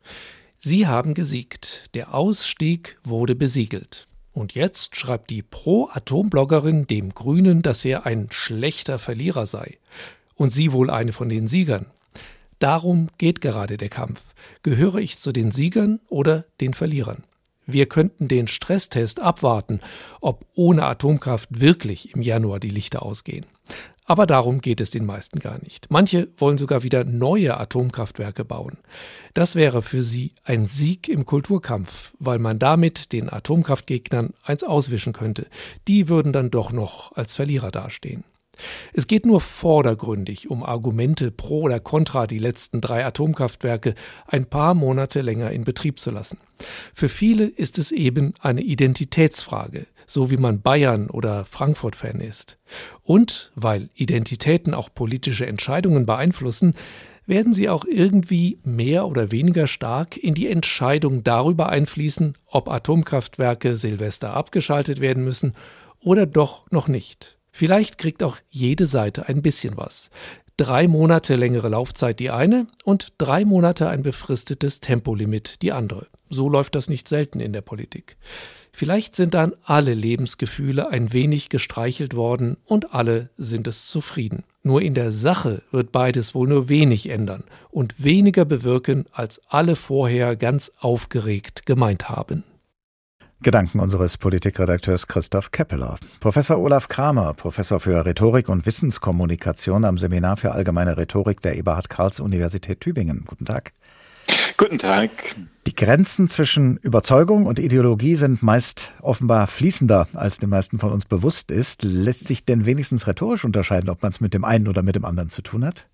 Sie haben gesiegt. Der Ausstieg wurde besiegelt. Und jetzt schreibt die Pro-Atom-Bloggerin dem Grünen, dass er ein schlechter Verlierer sei. Und sie wohl eine von den Siegern. Darum geht gerade der Kampf. Gehöre ich zu den Siegern oder den Verlierern? Wir könnten den Stresstest abwarten, ob ohne Atomkraft wirklich im Januar die Lichter ausgehen. Aber darum geht es den meisten gar nicht. Manche wollen sogar wieder neue Atomkraftwerke bauen. Das wäre für sie ein Sieg im Kulturkampf, weil man damit den Atomkraftgegnern eins auswischen könnte. Die würden dann doch noch als Verlierer dastehen. Es geht nur vordergründig um Argumente pro oder contra, die letzten 3 Atomkraftwerke ein paar Monate länger in Betrieb zu lassen. Für viele ist es eben eine Identitätsfrage, so wie man Bayern- oder Frankfurt-Fan ist. Und weil Identitäten auch politische Entscheidungen beeinflussen, werden sie auch irgendwie mehr oder weniger stark in die Entscheidung darüber einfließen, ob Atomkraftwerke Silvester abgeschaltet werden müssen oder doch noch nicht. Vielleicht kriegt auch jede Seite ein bisschen was. 3 Monate längere Laufzeit die eine und 3 Monate ein befristetes Tempolimit die andere. So läuft das nicht selten in der Politik. Vielleicht sind dann alle Lebensgefühle ein wenig gestreichelt worden und alle sind es zufrieden. Nur in der Sache wird beides wohl nur wenig ändern und weniger bewirken, als alle vorher ganz aufgeregt gemeint haben. Gedanken unseres Politikredakteurs Christoph Keppeler. Professor Olaf Kramer, Professor für Rhetorik und Wissenskommunikation am Seminar für allgemeine Rhetorik der Eberhard-Karls-Universität Tübingen. Guten Tag. Guten Tag. Die Grenzen zwischen Überzeugung und Ideologie sind meist offenbar fließender, als den meisten von uns bewusst ist. Lässt sich denn wenigstens rhetorisch unterscheiden, ob man es mit dem einen oder mit dem anderen zu tun hat?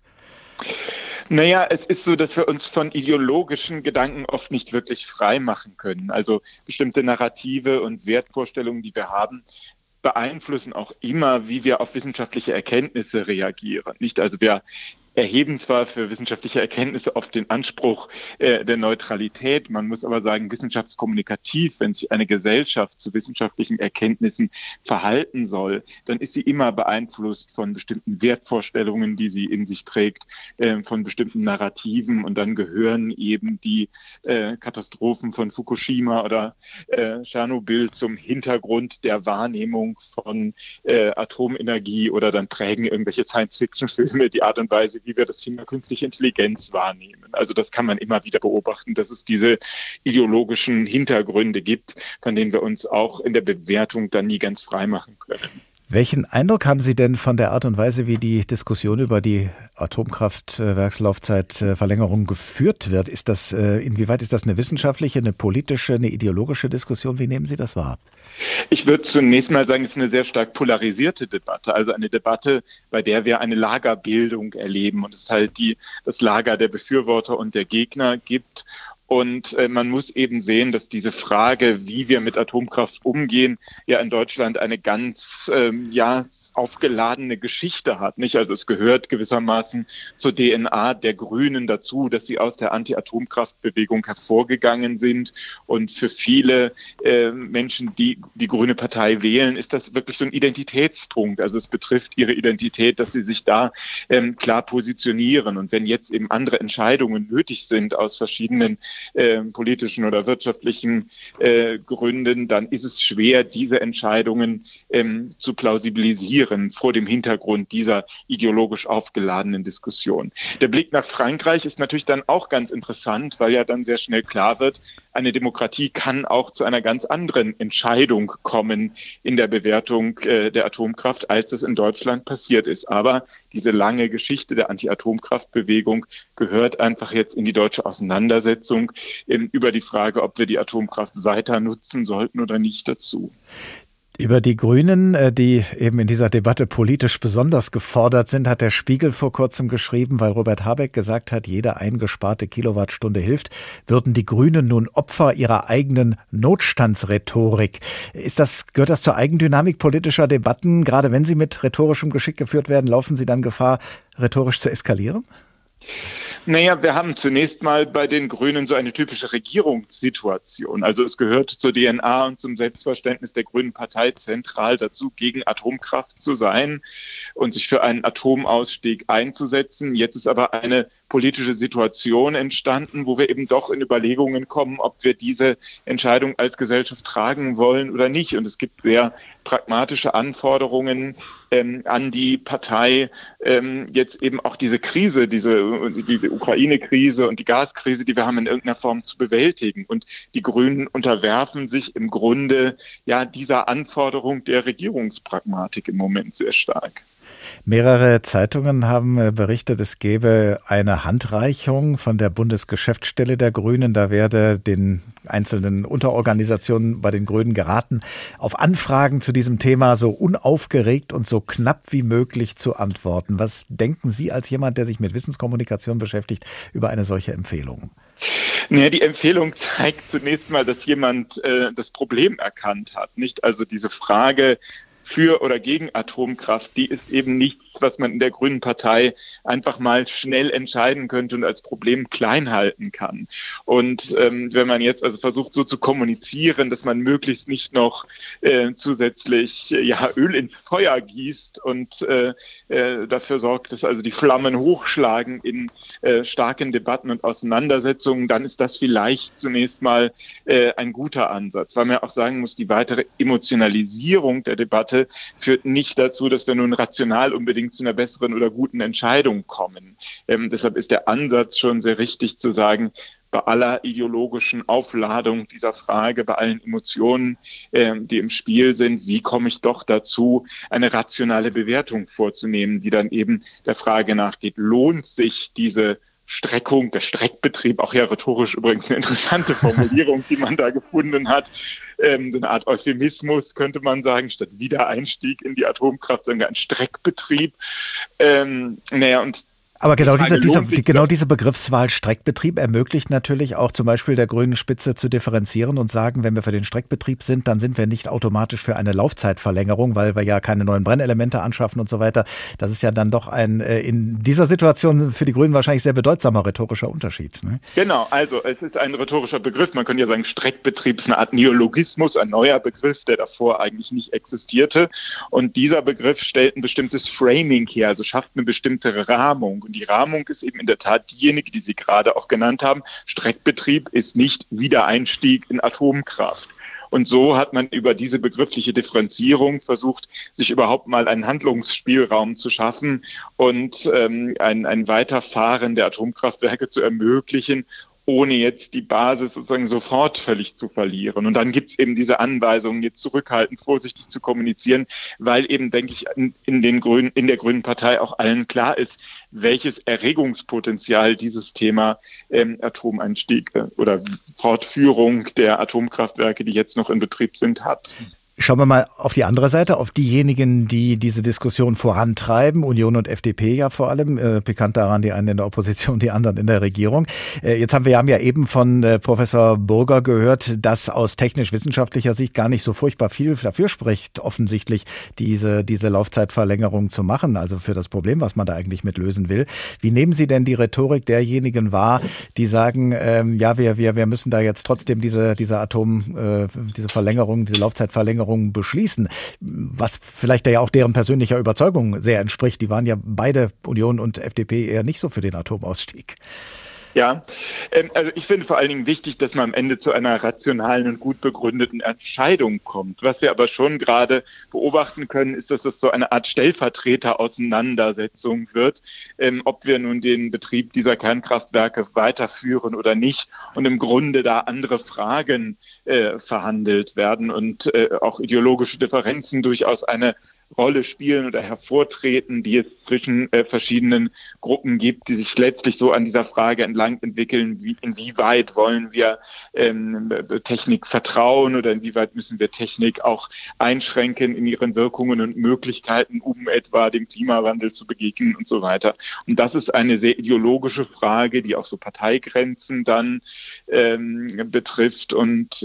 Naja, es ist so, dass wir uns von ideologischen Gedanken oft nicht wirklich frei machen können. Also bestimmte Narrative und Wertvorstellungen, die wir haben, beeinflussen auch immer, wie wir auf wissenschaftliche Erkenntnisse reagieren. Nicht? Also wir erheben zwar für wissenschaftliche Erkenntnisse oft den Anspruch der Neutralität, man muss aber sagen, wissenschaftskommunikativ, wenn sich eine Gesellschaft zu wissenschaftlichen Erkenntnissen verhalten soll, dann ist sie immer beeinflusst von bestimmten Wertvorstellungen, die sie in sich trägt, von bestimmten Narrativen, und dann gehören eben die Katastrophen von Fukushima oder Tschernobyl zum Hintergrund der Wahrnehmung von Atomenergie, oder dann prägen irgendwelche Science-Fiction-Filme die Art und Weise, wie wir das Thema künstliche Intelligenz wahrnehmen. Also das kann man immer wieder beobachten, dass es diese ideologischen Hintergründe gibt, von denen wir uns auch in der Bewertung dann nie ganz frei machen können. Welchen Eindruck haben Sie denn von der Art und Weise, wie die Diskussion über die Atomkraftwerkslaufzeitverlängerung geführt wird? Inwieweit ist das eine wissenschaftliche, eine politische, eine ideologische Diskussion? Wie nehmen Sie das wahr? Ich würde zunächst mal sagen, es ist eine sehr stark polarisierte Debatte, also eine Debatte, bei der wir eine Lagerbildung erleben und es halt das Lager der Befürworter und der Gegner gibt. Und man muss eben sehen, dass diese Frage, wie wir mit Atomkraft umgehen, ja in Deutschland eine ganz aufgeladene Geschichte hat, nicht? Also es gehört gewissermaßen zur DNA der Grünen dazu, dass sie aus der Anti-Atomkraftbewegung hervorgegangen sind. Und für viele Menschen, die die Grüne Partei wählen, ist das wirklich so ein Identitätspunkt. Also es betrifft ihre Identität, dass sie sich da klar positionieren. Und wenn jetzt eben andere Entscheidungen nötig sind aus verschiedenen politischen oder wirtschaftlichen Gründen, dann ist es schwer, diese Entscheidungen zu plausibilisieren vor dem Hintergrund dieser ideologisch aufgeladenen Diskussion. Der Blick nach Frankreich ist natürlich dann auch ganz interessant, weil ja dann sehr schnell klar wird, eine Demokratie kann auch zu einer ganz anderen Entscheidung kommen in der Bewertung der Atomkraft, als das in Deutschland passiert ist. Aber diese lange Geschichte der Anti-Atomkraftbewegung gehört einfach jetzt in die deutsche Auseinandersetzung über die Frage, ob wir die Atomkraft weiter nutzen sollten oder nicht, dazu. Über die Grünen, die eben in dieser Debatte politisch besonders gefordert sind, hat der Spiegel vor kurzem geschrieben, weil Robert Habeck gesagt hat, jede eingesparte Kilowattstunde hilft, würden die Grünen nun Opfer ihrer eigenen Notstandsrhetorik. Gehört das zur Eigendynamik politischer Debatten? Gerade wenn sie mit rhetorischem Geschick geführt werden, laufen sie dann Gefahr, rhetorisch zu eskalieren? Naja, wir haben zunächst mal bei den Grünen so eine typische Regierungssituation. Also es gehört zur DNA und zum Selbstverständnis der Grünen Partei zentral dazu, gegen Atomkraft zu sein und sich für einen Atomausstieg einzusetzen. Jetzt ist aber eine politische Situation entstanden, wo wir eben doch in Überlegungen kommen, ob wir diese Entscheidung als Gesellschaft tragen wollen oder nicht. Und es gibt sehr pragmatische Anforderungen an die Partei, jetzt eben auch diese Krise, diese Ukraine-Krise und die Gaskrise, die wir haben, in irgendeiner Form zu bewältigen. Und die Grünen unterwerfen sich im Grunde dieser Anforderung der Regierungspragmatik im Moment sehr stark. Mehrere Zeitungen haben berichtet, es gäbe eine Handreichung von der Bundesgeschäftsstelle der Grünen. Da werde den einzelnen Unterorganisationen bei den Grünen geraten, auf Anfragen zu diesem Thema so unaufgeregt und so knapp wie möglich zu antworten. Was denken Sie als jemand, der sich mit Wissenskommunikation beschäftigt, über eine solche Empfehlung? Naja, die Empfehlung zeigt zunächst mal, dass jemand das Problem erkannt hat, nicht? Also diese Frage für oder gegen Atomkraft, die ist eben nichts, was man in der Grünen Partei einfach mal schnell entscheiden könnte und als Problem klein halten kann. Und wenn man jetzt also versucht, so zu kommunizieren, dass man möglichst nicht noch zusätzlich Öl ins Feuer gießt und dafür sorgt, dass also die Flammen hochschlagen in starken Debatten und Auseinandersetzungen, dann ist das vielleicht zunächst mal ein guter Ansatz. Weil man ja auch sagen muss, die weitere Emotionalisierung der Debatte führt nicht dazu, dass wir nun rational unbedingt zu einer besseren oder guten Entscheidung kommen. Deshalb ist der Ansatz schon sehr richtig zu sagen, bei aller ideologischen Aufladung dieser Frage, bei allen Emotionen, die im Spiel sind, wie komme ich doch dazu, eine rationale Bewertung vorzunehmen, die dann eben der Frage nachgeht, lohnt sich diese Streckung, der Streckbetrieb, auch ja rhetorisch übrigens eine interessante Formulierung, die man da gefunden hat. So eine Art Euphemismus könnte man sagen, statt Wiedereinstieg in die Atomkraft, sondern ein Streckbetrieb. Und Aber genau diese Begriffswahl Streckbetrieb ermöglicht natürlich auch zum Beispiel der grünen Spitze zu differenzieren und sagen, wenn wir für den Streckbetrieb sind, dann sind wir nicht automatisch für eine Laufzeitverlängerung, weil wir ja keine neuen Brennelemente anschaffen und so weiter. Das ist ja dann doch ein in dieser Situation für die Grünen wahrscheinlich sehr bedeutsamer rhetorischer Unterschied. Ne? Genau, also es ist ein rhetorischer Begriff. Man könnte ja sagen, Streckbetrieb ist eine Art Neologismus, ein neuer Begriff, der davor eigentlich nicht existierte. Und dieser Begriff stellt ein bestimmtes Framing her, also schafft eine bestimmte Rahmung. Und die Rahmung ist eben in der Tat diejenige, die Sie gerade auch genannt haben. Streckbetrieb ist nicht Wiedereinstieg in Atomkraft. Und so hat man über diese begriffliche Differenzierung versucht, sich überhaupt mal einen Handlungsspielraum zu schaffen und ein Weiterfahren der Atomkraftwerke zu ermöglichen, ohne jetzt die Basis sozusagen sofort völlig zu verlieren. Und dann gibt es eben diese Anweisungen, jetzt zurückhaltend, vorsichtig zu kommunizieren, weil eben, denke ich, in der Grünen Partei auch allen klar ist, welches Erregungspotenzial dieses Thema Atomeinstieg oder Fortführung der Atomkraftwerke, die jetzt noch in Betrieb sind, hat. Schauen wir mal auf die andere Seite, auf diejenigen, die diese Diskussion vorantreiben, Union und FDP ja vor allem, pikant daran, die einen in der Opposition, die anderen in der Regierung. Jetzt haben ja eben von Professor Burger gehört, dass aus technisch-wissenschaftlicher Sicht gar nicht so furchtbar viel dafür spricht, offensichtlich diese Laufzeitverlängerung zu machen, also für das Problem, was man da eigentlich mit lösen will. Wie nehmen Sie denn die Rhetorik derjenigen wahr, die sagen, wir müssen da jetzt trotzdem diese Verlängerung, diese Laufzeitverlängerung beschließen, was vielleicht ja auch deren persönlicher Überzeugung sehr entspricht. Die waren ja beide, Union und FDP, eher nicht so für den Atomausstieg. Ja, also ich finde vor allen Dingen wichtig, dass man am Ende zu einer rationalen und gut begründeten Entscheidung kommt. Was wir aber schon gerade beobachten können, ist, dass das so eine Art Stellvertreter-Auseinandersetzung wird, ob wir nun den Betrieb dieser Kernkraftwerke weiterführen oder nicht und im Grunde da andere Fragen verhandelt werden und auch ideologische Differenzen durchaus eine Rolle spielen oder hervortreten, die es zwischen verschiedenen Gruppen gibt, die sich letztlich so an dieser Frage entlang entwickeln, inwieweit wollen wir Technik vertrauen oder inwieweit müssen wir Technik auch einschränken in ihren Wirkungen und Möglichkeiten, um etwa dem Klimawandel zu begegnen und so weiter. Und das ist eine sehr ideologische Frage, die auch so Parteigrenzen dann betrifft und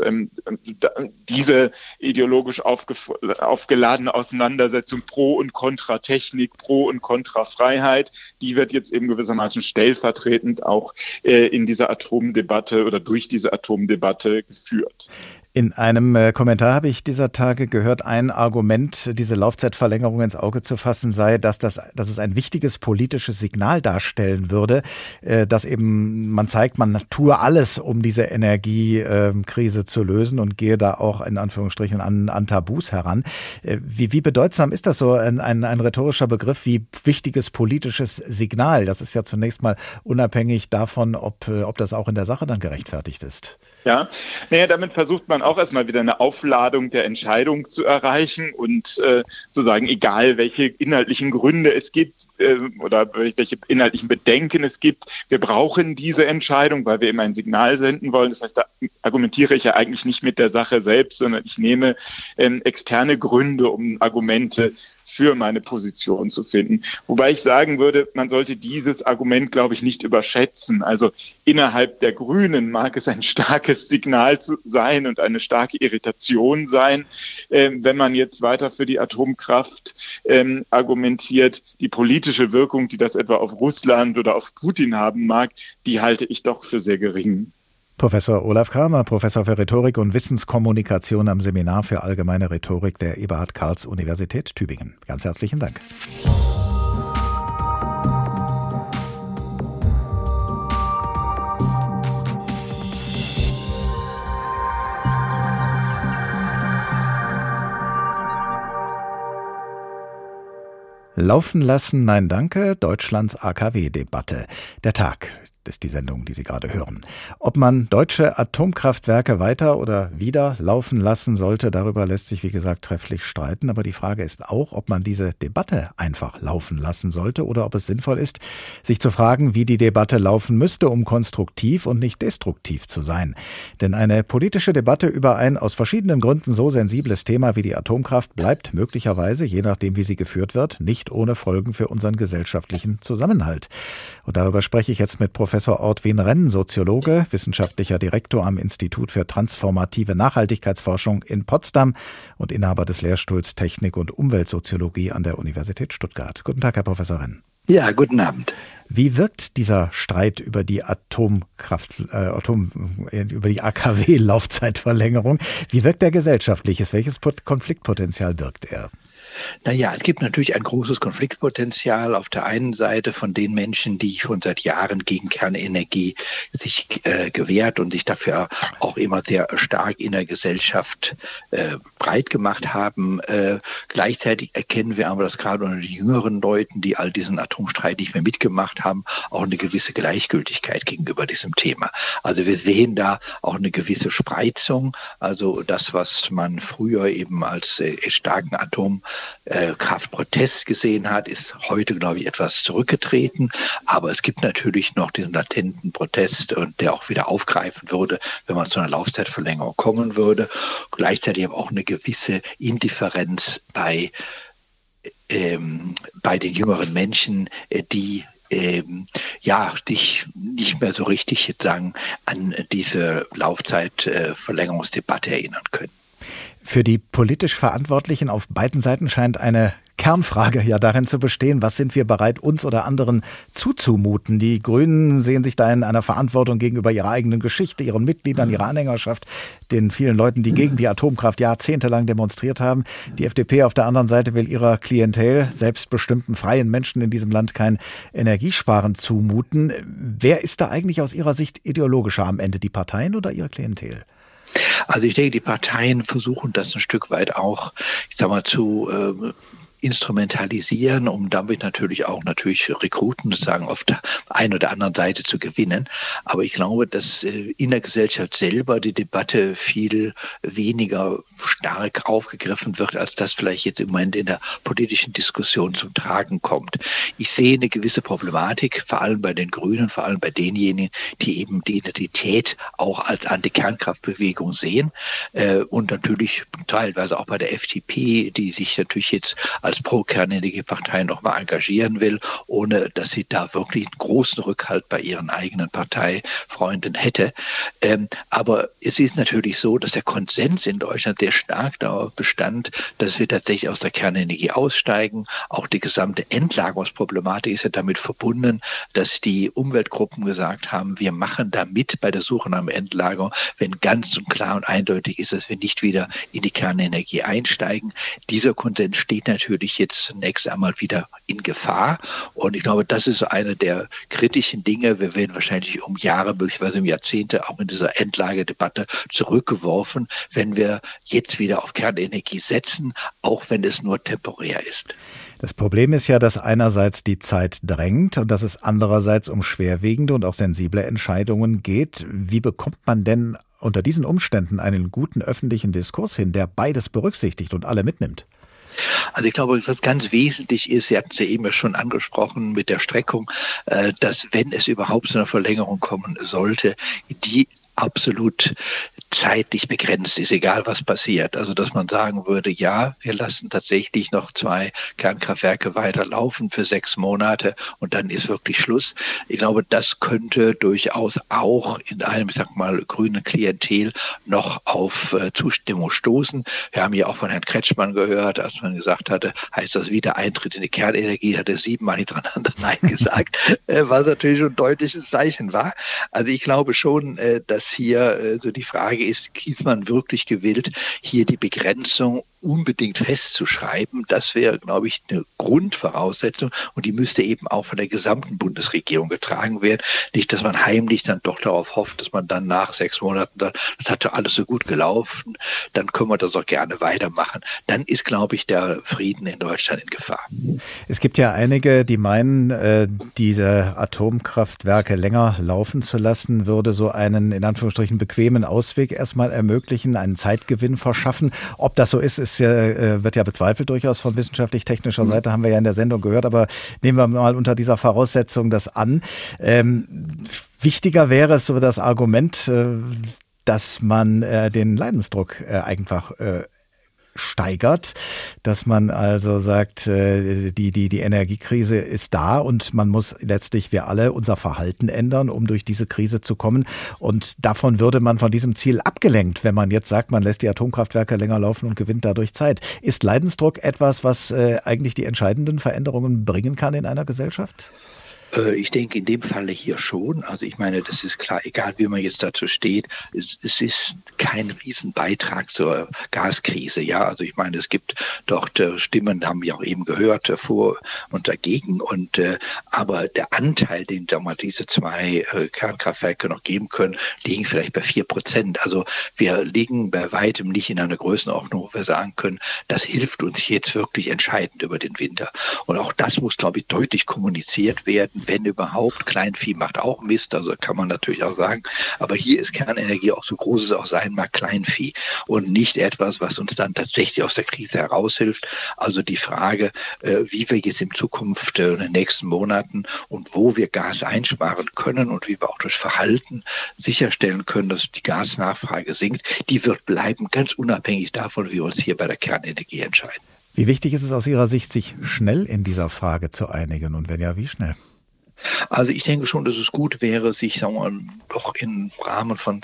diese ideologisch aufgeladene Auseinandersetzung pro und contra Technik, pro und contra Freiheit, die wird jetzt eben gewissermaßen stellvertretend auch in dieser Atomdebatte oder durch diese Atomdebatte geführt. In einem Kommentar habe ich dieser Tage gehört, ein Argument, diese Laufzeitverlängerung ins Auge zu fassen sei, dass es ein wichtiges politisches Signal darstellen würde, dass eben man zeigt, man tue alles, um diese Energiekrise zu lösen und gehe da auch in Anführungsstrichen an Tabus heran. Wie bedeutsam ist das so, ein rhetorischer Begriff, wie wichtiges politisches Signal? Das ist ja zunächst mal unabhängig davon, ob das auch in der Sache dann gerechtfertigt ist. Ja, damit versucht man auch erstmal wieder eine Aufladung der Entscheidung zu erreichen und zu sagen, egal welche inhaltlichen Gründe es gibt oder welche inhaltlichen Bedenken es gibt, wir brauchen diese Entscheidung, weil wir eben ein Signal senden wollen. Das heißt, da argumentiere ich ja eigentlich nicht mit der Sache selbst, sondern ich nehme externe Gründe, um Argumente für meine Position zu finden. Wobei ich sagen würde, man sollte dieses Argument, glaube ich, nicht überschätzen. Also innerhalb der Grünen mag es ein starkes Signal sein und eine starke Irritation sein, wenn man jetzt weiter für die Atomkraft argumentiert. Die politische Wirkung, die das etwa auf Russland oder auf Putin haben mag, die halte ich doch für sehr gering. Professor Olaf Kramer, Professor für Rhetorik und Wissenskommunikation am Seminar für Allgemeine Rhetorik der Eberhard-Karls-Universität Tübingen. Ganz herzlichen Dank. Laufen lassen, nein danke, Deutschlands AKW-Debatte. Der Tag. ist die Sendung, die Sie gerade hören. Ob man deutsche Atomkraftwerke weiter oder wieder laufen lassen sollte, darüber lässt sich, wie gesagt, trefflich streiten. Aber die Frage ist auch, ob man diese Debatte einfach laufen lassen sollte oder ob es sinnvoll ist, sich zu fragen, wie die Debatte laufen müsste, um konstruktiv und nicht destruktiv zu sein. Denn eine politische Debatte über ein aus verschiedenen Gründen so sensibles Thema wie die Atomkraft bleibt möglicherweise, je nachdem wie sie geführt wird, nicht ohne Folgen für unseren gesellschaftlichen Zusammenhalt. Und darüber spreche ich jetzt mit Professor Ortwin Renn, Soziologe, wissenschaftlicher Direktor am Institut für transformative Nachhaltigkeitsforschung in Potsdam und Inhaber des Lehrstuhls Technik und Umweltsoziologie an der Universität Stuttgart. Guten Tag, Herr Professor Renn. Ja, guten Abend. Wie wirkt dieser Streit über die über die AKW-Laufzeitverlängerung? Wie wirkt er gesellschaftlich? Welches Konfliktpotenzial birgt er? Naja, es gibt natürlich ein großes Konfliktpotenzial auf der einen Seite von den Menschen, die schon seit Jahren gegen Kernenergie sich gewehrt und sich dafür auch immer sehr stark in der Gesellschaft breit gemacht haben. Gleichzeitig erkennen wir aber, dass gerade unter den jüngeren Leuten, die all diesen Atomstreit nicht mehr mitgemacht haben, auch eine gewisse Gleichgültigkeit gegenüber diesem Thema. Also wir sehen da auch eine gewisse Spreizung. Also das, was man früher eben als starken Atomkraftprotest gesehen hat, ist heute, glaube ich, etwas zurückgetreten. Aber es gibt natürlich noch diesen latenten Protest, und der auch wieder aufgreifen würde, wenn man zu einer Laufzeitverlängerung kommen würde. Gleichzeitig aber auch eine gewisse Indifferenz bei den jüngeren Menschen, die dich nicht mehr so richtig jetzt sagen, an diese Laufzeitverlängerungsdebatte erinnern können. Für die politisch Verantwortlichen auf beiden Seiten scheint eine Kernfrage ja darin zu bestehen, was sind wir bereit, uns oder anderen zuzumuten? Die Grünen sehen sich da in einer Verantwortung gegenüber ihrer eigenen Geschichte, ihren Mitgliedern, ihrer Anhängerschaft, den vielen Leuten, die gegen die Atomkraft jahrzehntelang demonstriert haben. Die FDP auf der anderen Seite will ihrer Klientel, selbstbestimmten freien Menschen in diesem Land, kein Energiesparen zumuten. Wer ist da eigentlich aus Ihrer Sicht ideologischer am Ende, die Parteien oder Ihr Klientel? Also ich denke, die Parteien versuchen das ein Stück weit auch, zu instrumentalisieren, um damit natürlich Rekruten sozusagen auf der einen oder anderen Seite zu gewinnen. Aber ich glaube, dass in der Gesellschaft selber die Debatte viel weniger stark aufgegriffen wird, als das vielleicht jetzt im Moment in der politischen Diskussion zum Tragen kommt. Ich sehe eine gewisse Problematik, vor allem bei den Grünen, vor allem bei denjenigen, die eben die Identität auch als Anti-Kernkraftbewegung sehen, und natürlich teilweise auch bei der FDP, die sich natürlich jetzt als Pro-Kernenergie-Partei nochmal engagieren will, ohne dass sie da wirklich einen großen Rückhalt bei ihren eigenen Parteifreunden hätte. Aber es ist natürlich so, dass der Konsens in Deutschland sehr stark darauf bestand, dass wir tatsächlich aus der Kernenergie aussteigen. Auch die gesamte Endlagerungsproblematik ist ja damit verbunden, dass die Umweltgruppen gesagt haben, wir machen da mit bei der Suche nach einem Endlager, wenn ganz und klar und eindeutig ist, dass wir nicht wieder in die Kernenergie einsteigen. Dieser Konsens steht natürlich jetzt zunächst einmal wieder in Gefahr. Und ich glaube, das ist eine der kritischen Dinge. Wir werden wahrscheinlich um Jahre, möglicherweise um Jahrzehnte auch in dieser Endlagerdebatte zurückgeworfen, wenn wir jetzt wieder auf Kernenergie setzen, auch wenn es nur temporär ist. Das Problem ist ja, dass einerseits die Zeit drängt und dass es andererseits um schwerwiegende und auch sensible Entscheidungen geht. Wie bekommt man denn unter diesen Umständen einen guten öffentlichen Diskurs hin, der beides berücksichtigt und alle mitnimmt? Also ich glaube, was ganz wesentlich ist, Sie hatten es ja eben schon angesprochen mit der Streckung, dass wenn es überhaupt zu einer Verlängerung kommen sollte, die absolut zeitlich begrenzt ist, egal was passiert. Also dass man sagen würde, ja, wir lassen tatsächlich noch 2 Kernkraftwerke weiterlaufen für 6 Monate und dann ist wirklich Schluss. Ich glaube, das könnte durchaus auch in einem, grünen Klientel noch auf Zustimmung stoßen. Wir haben ja auch von Herrn Kretschmann gehört, als man gesagt hatte, heißt das Wiedereintritt in die Kernenergie, hat er 7 Mal hintereinander Nein gesagt, was natürlich schon ein deutliches Zeichen war. Also ich glaube schon, dass dass hier so die Frage ist man wirklich gewillt, hier die Begrenzung unbedingt festzuschreiben? Das wäre, glaube ich, eine Grundvoraussetzung und die müsste eben auch von der gesamten Bundesregierung getragen werden. Nicht, dass man heimlich dann doch darauf hofft, dass man dann nach 6 Monaten sagt, das hat doch alles so gut gelaufen, dann können wir das auch gerne weitermachen. Dann ist, glaube ich, der Frieden in Deutschland in Gefahr. Es gibt ja einige, die meinen, diese Atomkraftwerke länger laufen zu lassen, würde so einen, in Anführungsstrichen, bequemen Ausweg erstmal ermöglichen, einen Zeitgewinn verschaffen. Ob das so ist, wird ja bezweifelt durchaus von wissenschaftlich-technischer Seite, haben wir ja in der Sendung gehört, aber nehmen wir mal unter dieser Voraussetzung das an. Wichtiger wäre es so das Argument, dass man den Leidensdruck einfach steigert, dass man also sagt, die Energiekrise ist da und man muss letztlich wir alle unser Verhalten ändern, um durch diese Krise zu kommen. Und davon würde man von diesem Ziel abgelenkt, wenn man jetzt sagt, man lässt die Atomkraftwerke länger laufen und gewinnt dadurch Zeit. Ist Leidensdruck etwas, was eigentlich die entscheidenden Veränderungen bringen kann in einer Gesellschaft? Ich denke in dem Falle hier schon. Also ich meine, das ist klar, egal wie man jetzt dazu steht, es ist kein Riesenbeitrag zur Gaskrise. Ja, also ich meine, es gibt dort Stimmen, haben wir auch eben gehört, vor und dagegen. Und aber der Anteil, den diese 2 Kernkraftwerke noch geben können, liegen vielleicht bei 4%. Also wir liegen bei weitem nicht in einer Größenordnung, wo wir sagen können, das hilft uns jetzt wirklich entscheidend über den Winter. Und auch das muss, glaube ich, deutlich kommuniziert werden. Wenn überhaupt, Kleinvieh macht auch Mist, also kann man natürlich auch sagen, aber hier ist Kernenergie, auch so groß es auch sein mag, Kleinvieh und nicht etwas, was uns dann tatsächlich aus der Krise heraushilft. Also die Frage, wie wir jetzt in Zukunft in den nächsten Monaten und wo wir Gas einsparen können und wie wir auch durch Verhalten sicherstellen können, dass die Gasnachfrage sinkt, die wird bleiben, ganz unabhängig davon, wie wir uns hier bei der Kernenergie entscheiden. Wie wichtig ist es aus Ihrer Sicht, sich schnell in dieser Frage zu einigen und wenn ja, wie schnell? Also ich denke schon, dass es gut wäre, sich doch im Rahmen von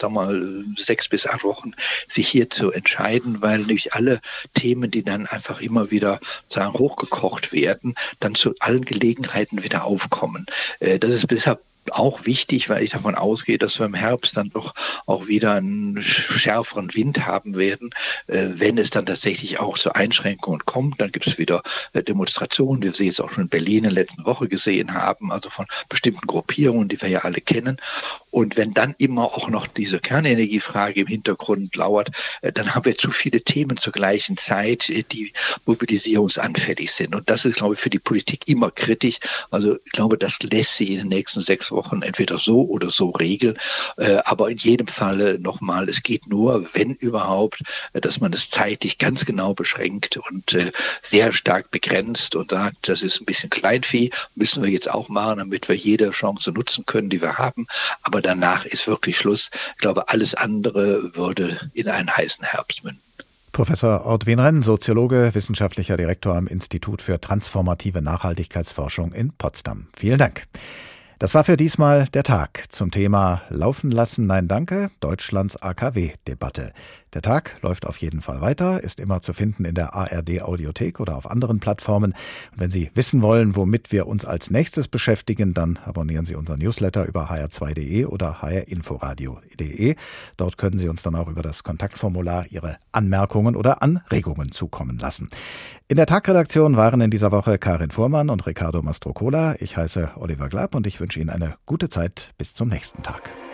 6 bis 8 Wochen sich hier zu entscheiden, weil nämlich alle Themen, die dann einfach immer wieder hochgekocht werden, dann zu allen Gelegenheiten wieder aufkommen. Das ist deshalb auch wichtig, weil ich davon ausgehe, dass wir im Herbst dann doch auch wieder einen schärferen Wind haben werden. Wenn es dann tatsächlich auch zu Einschränkungen kommt, dann gibt es wieder Demonstrationen, wie wir sie jetzt auch schon in Berlin in der letzten Woche gesehen haben, also von bestimmten Gruppierungen, die wir ja alle kennen. Und wenn dann immer auch noch diese Kernenergiefrage im Hintergrund lauert, dann haben wir zu viele Themen zur gleichen Zeit, die mobilisierungsanfällig sind. Und das ist, glaube ich, für die Politik immer kritisch. Also ich glaube, das lässt sich in den nächsten 6 Wochen entweder so oder so regeln. Aber in jedem Falle nochmal, es geht nur, wenn überhaupt, dass man es zeitlich ganz genau beschränkt und sehr stark begrenzt und sagt, das ist ein bisschen Kleinvieh, müssen wir jetzt auch machen, damit wir jede Chance nutzen können, die wir haben. Aber danach ist wirklich Schluss. Ich glaube, alles andere würde in einen heißen Herbst münden. Professor Ort Wenren, Soziologe, wissenschaftlicher Direktor am Institut für transformative Nachhaltigkeitsforschung in Potsdam. Vielen Dank. Das war für diesmal der Tag zum Thema Laufen lassen, nein danke, Deutschlands AKW-Debatte. Der Tag läuft auf jeden Fall weiter, ist immer zu finden in der ARD-Audiothek oder auf anderen Plattformen. Und wenn Sie wissen wollen, womit wir uns als nächstes beschäftigen, dann abonnieren Sie unseren Newsletter über hr2.de oder hrinforadio.de. Dort können Sie uns dann auch über das Kontaktformular Ihre Anmerkungen oder Anregungen zukommen lassen. In der Tagredaktion waren in dieser Woche Karin Fuhrmann und Ricardo Mastrocola. Ich heiße Oliver Glab und ich wünsche Ihnen eine gute Zeit bis zum nächsten Tag.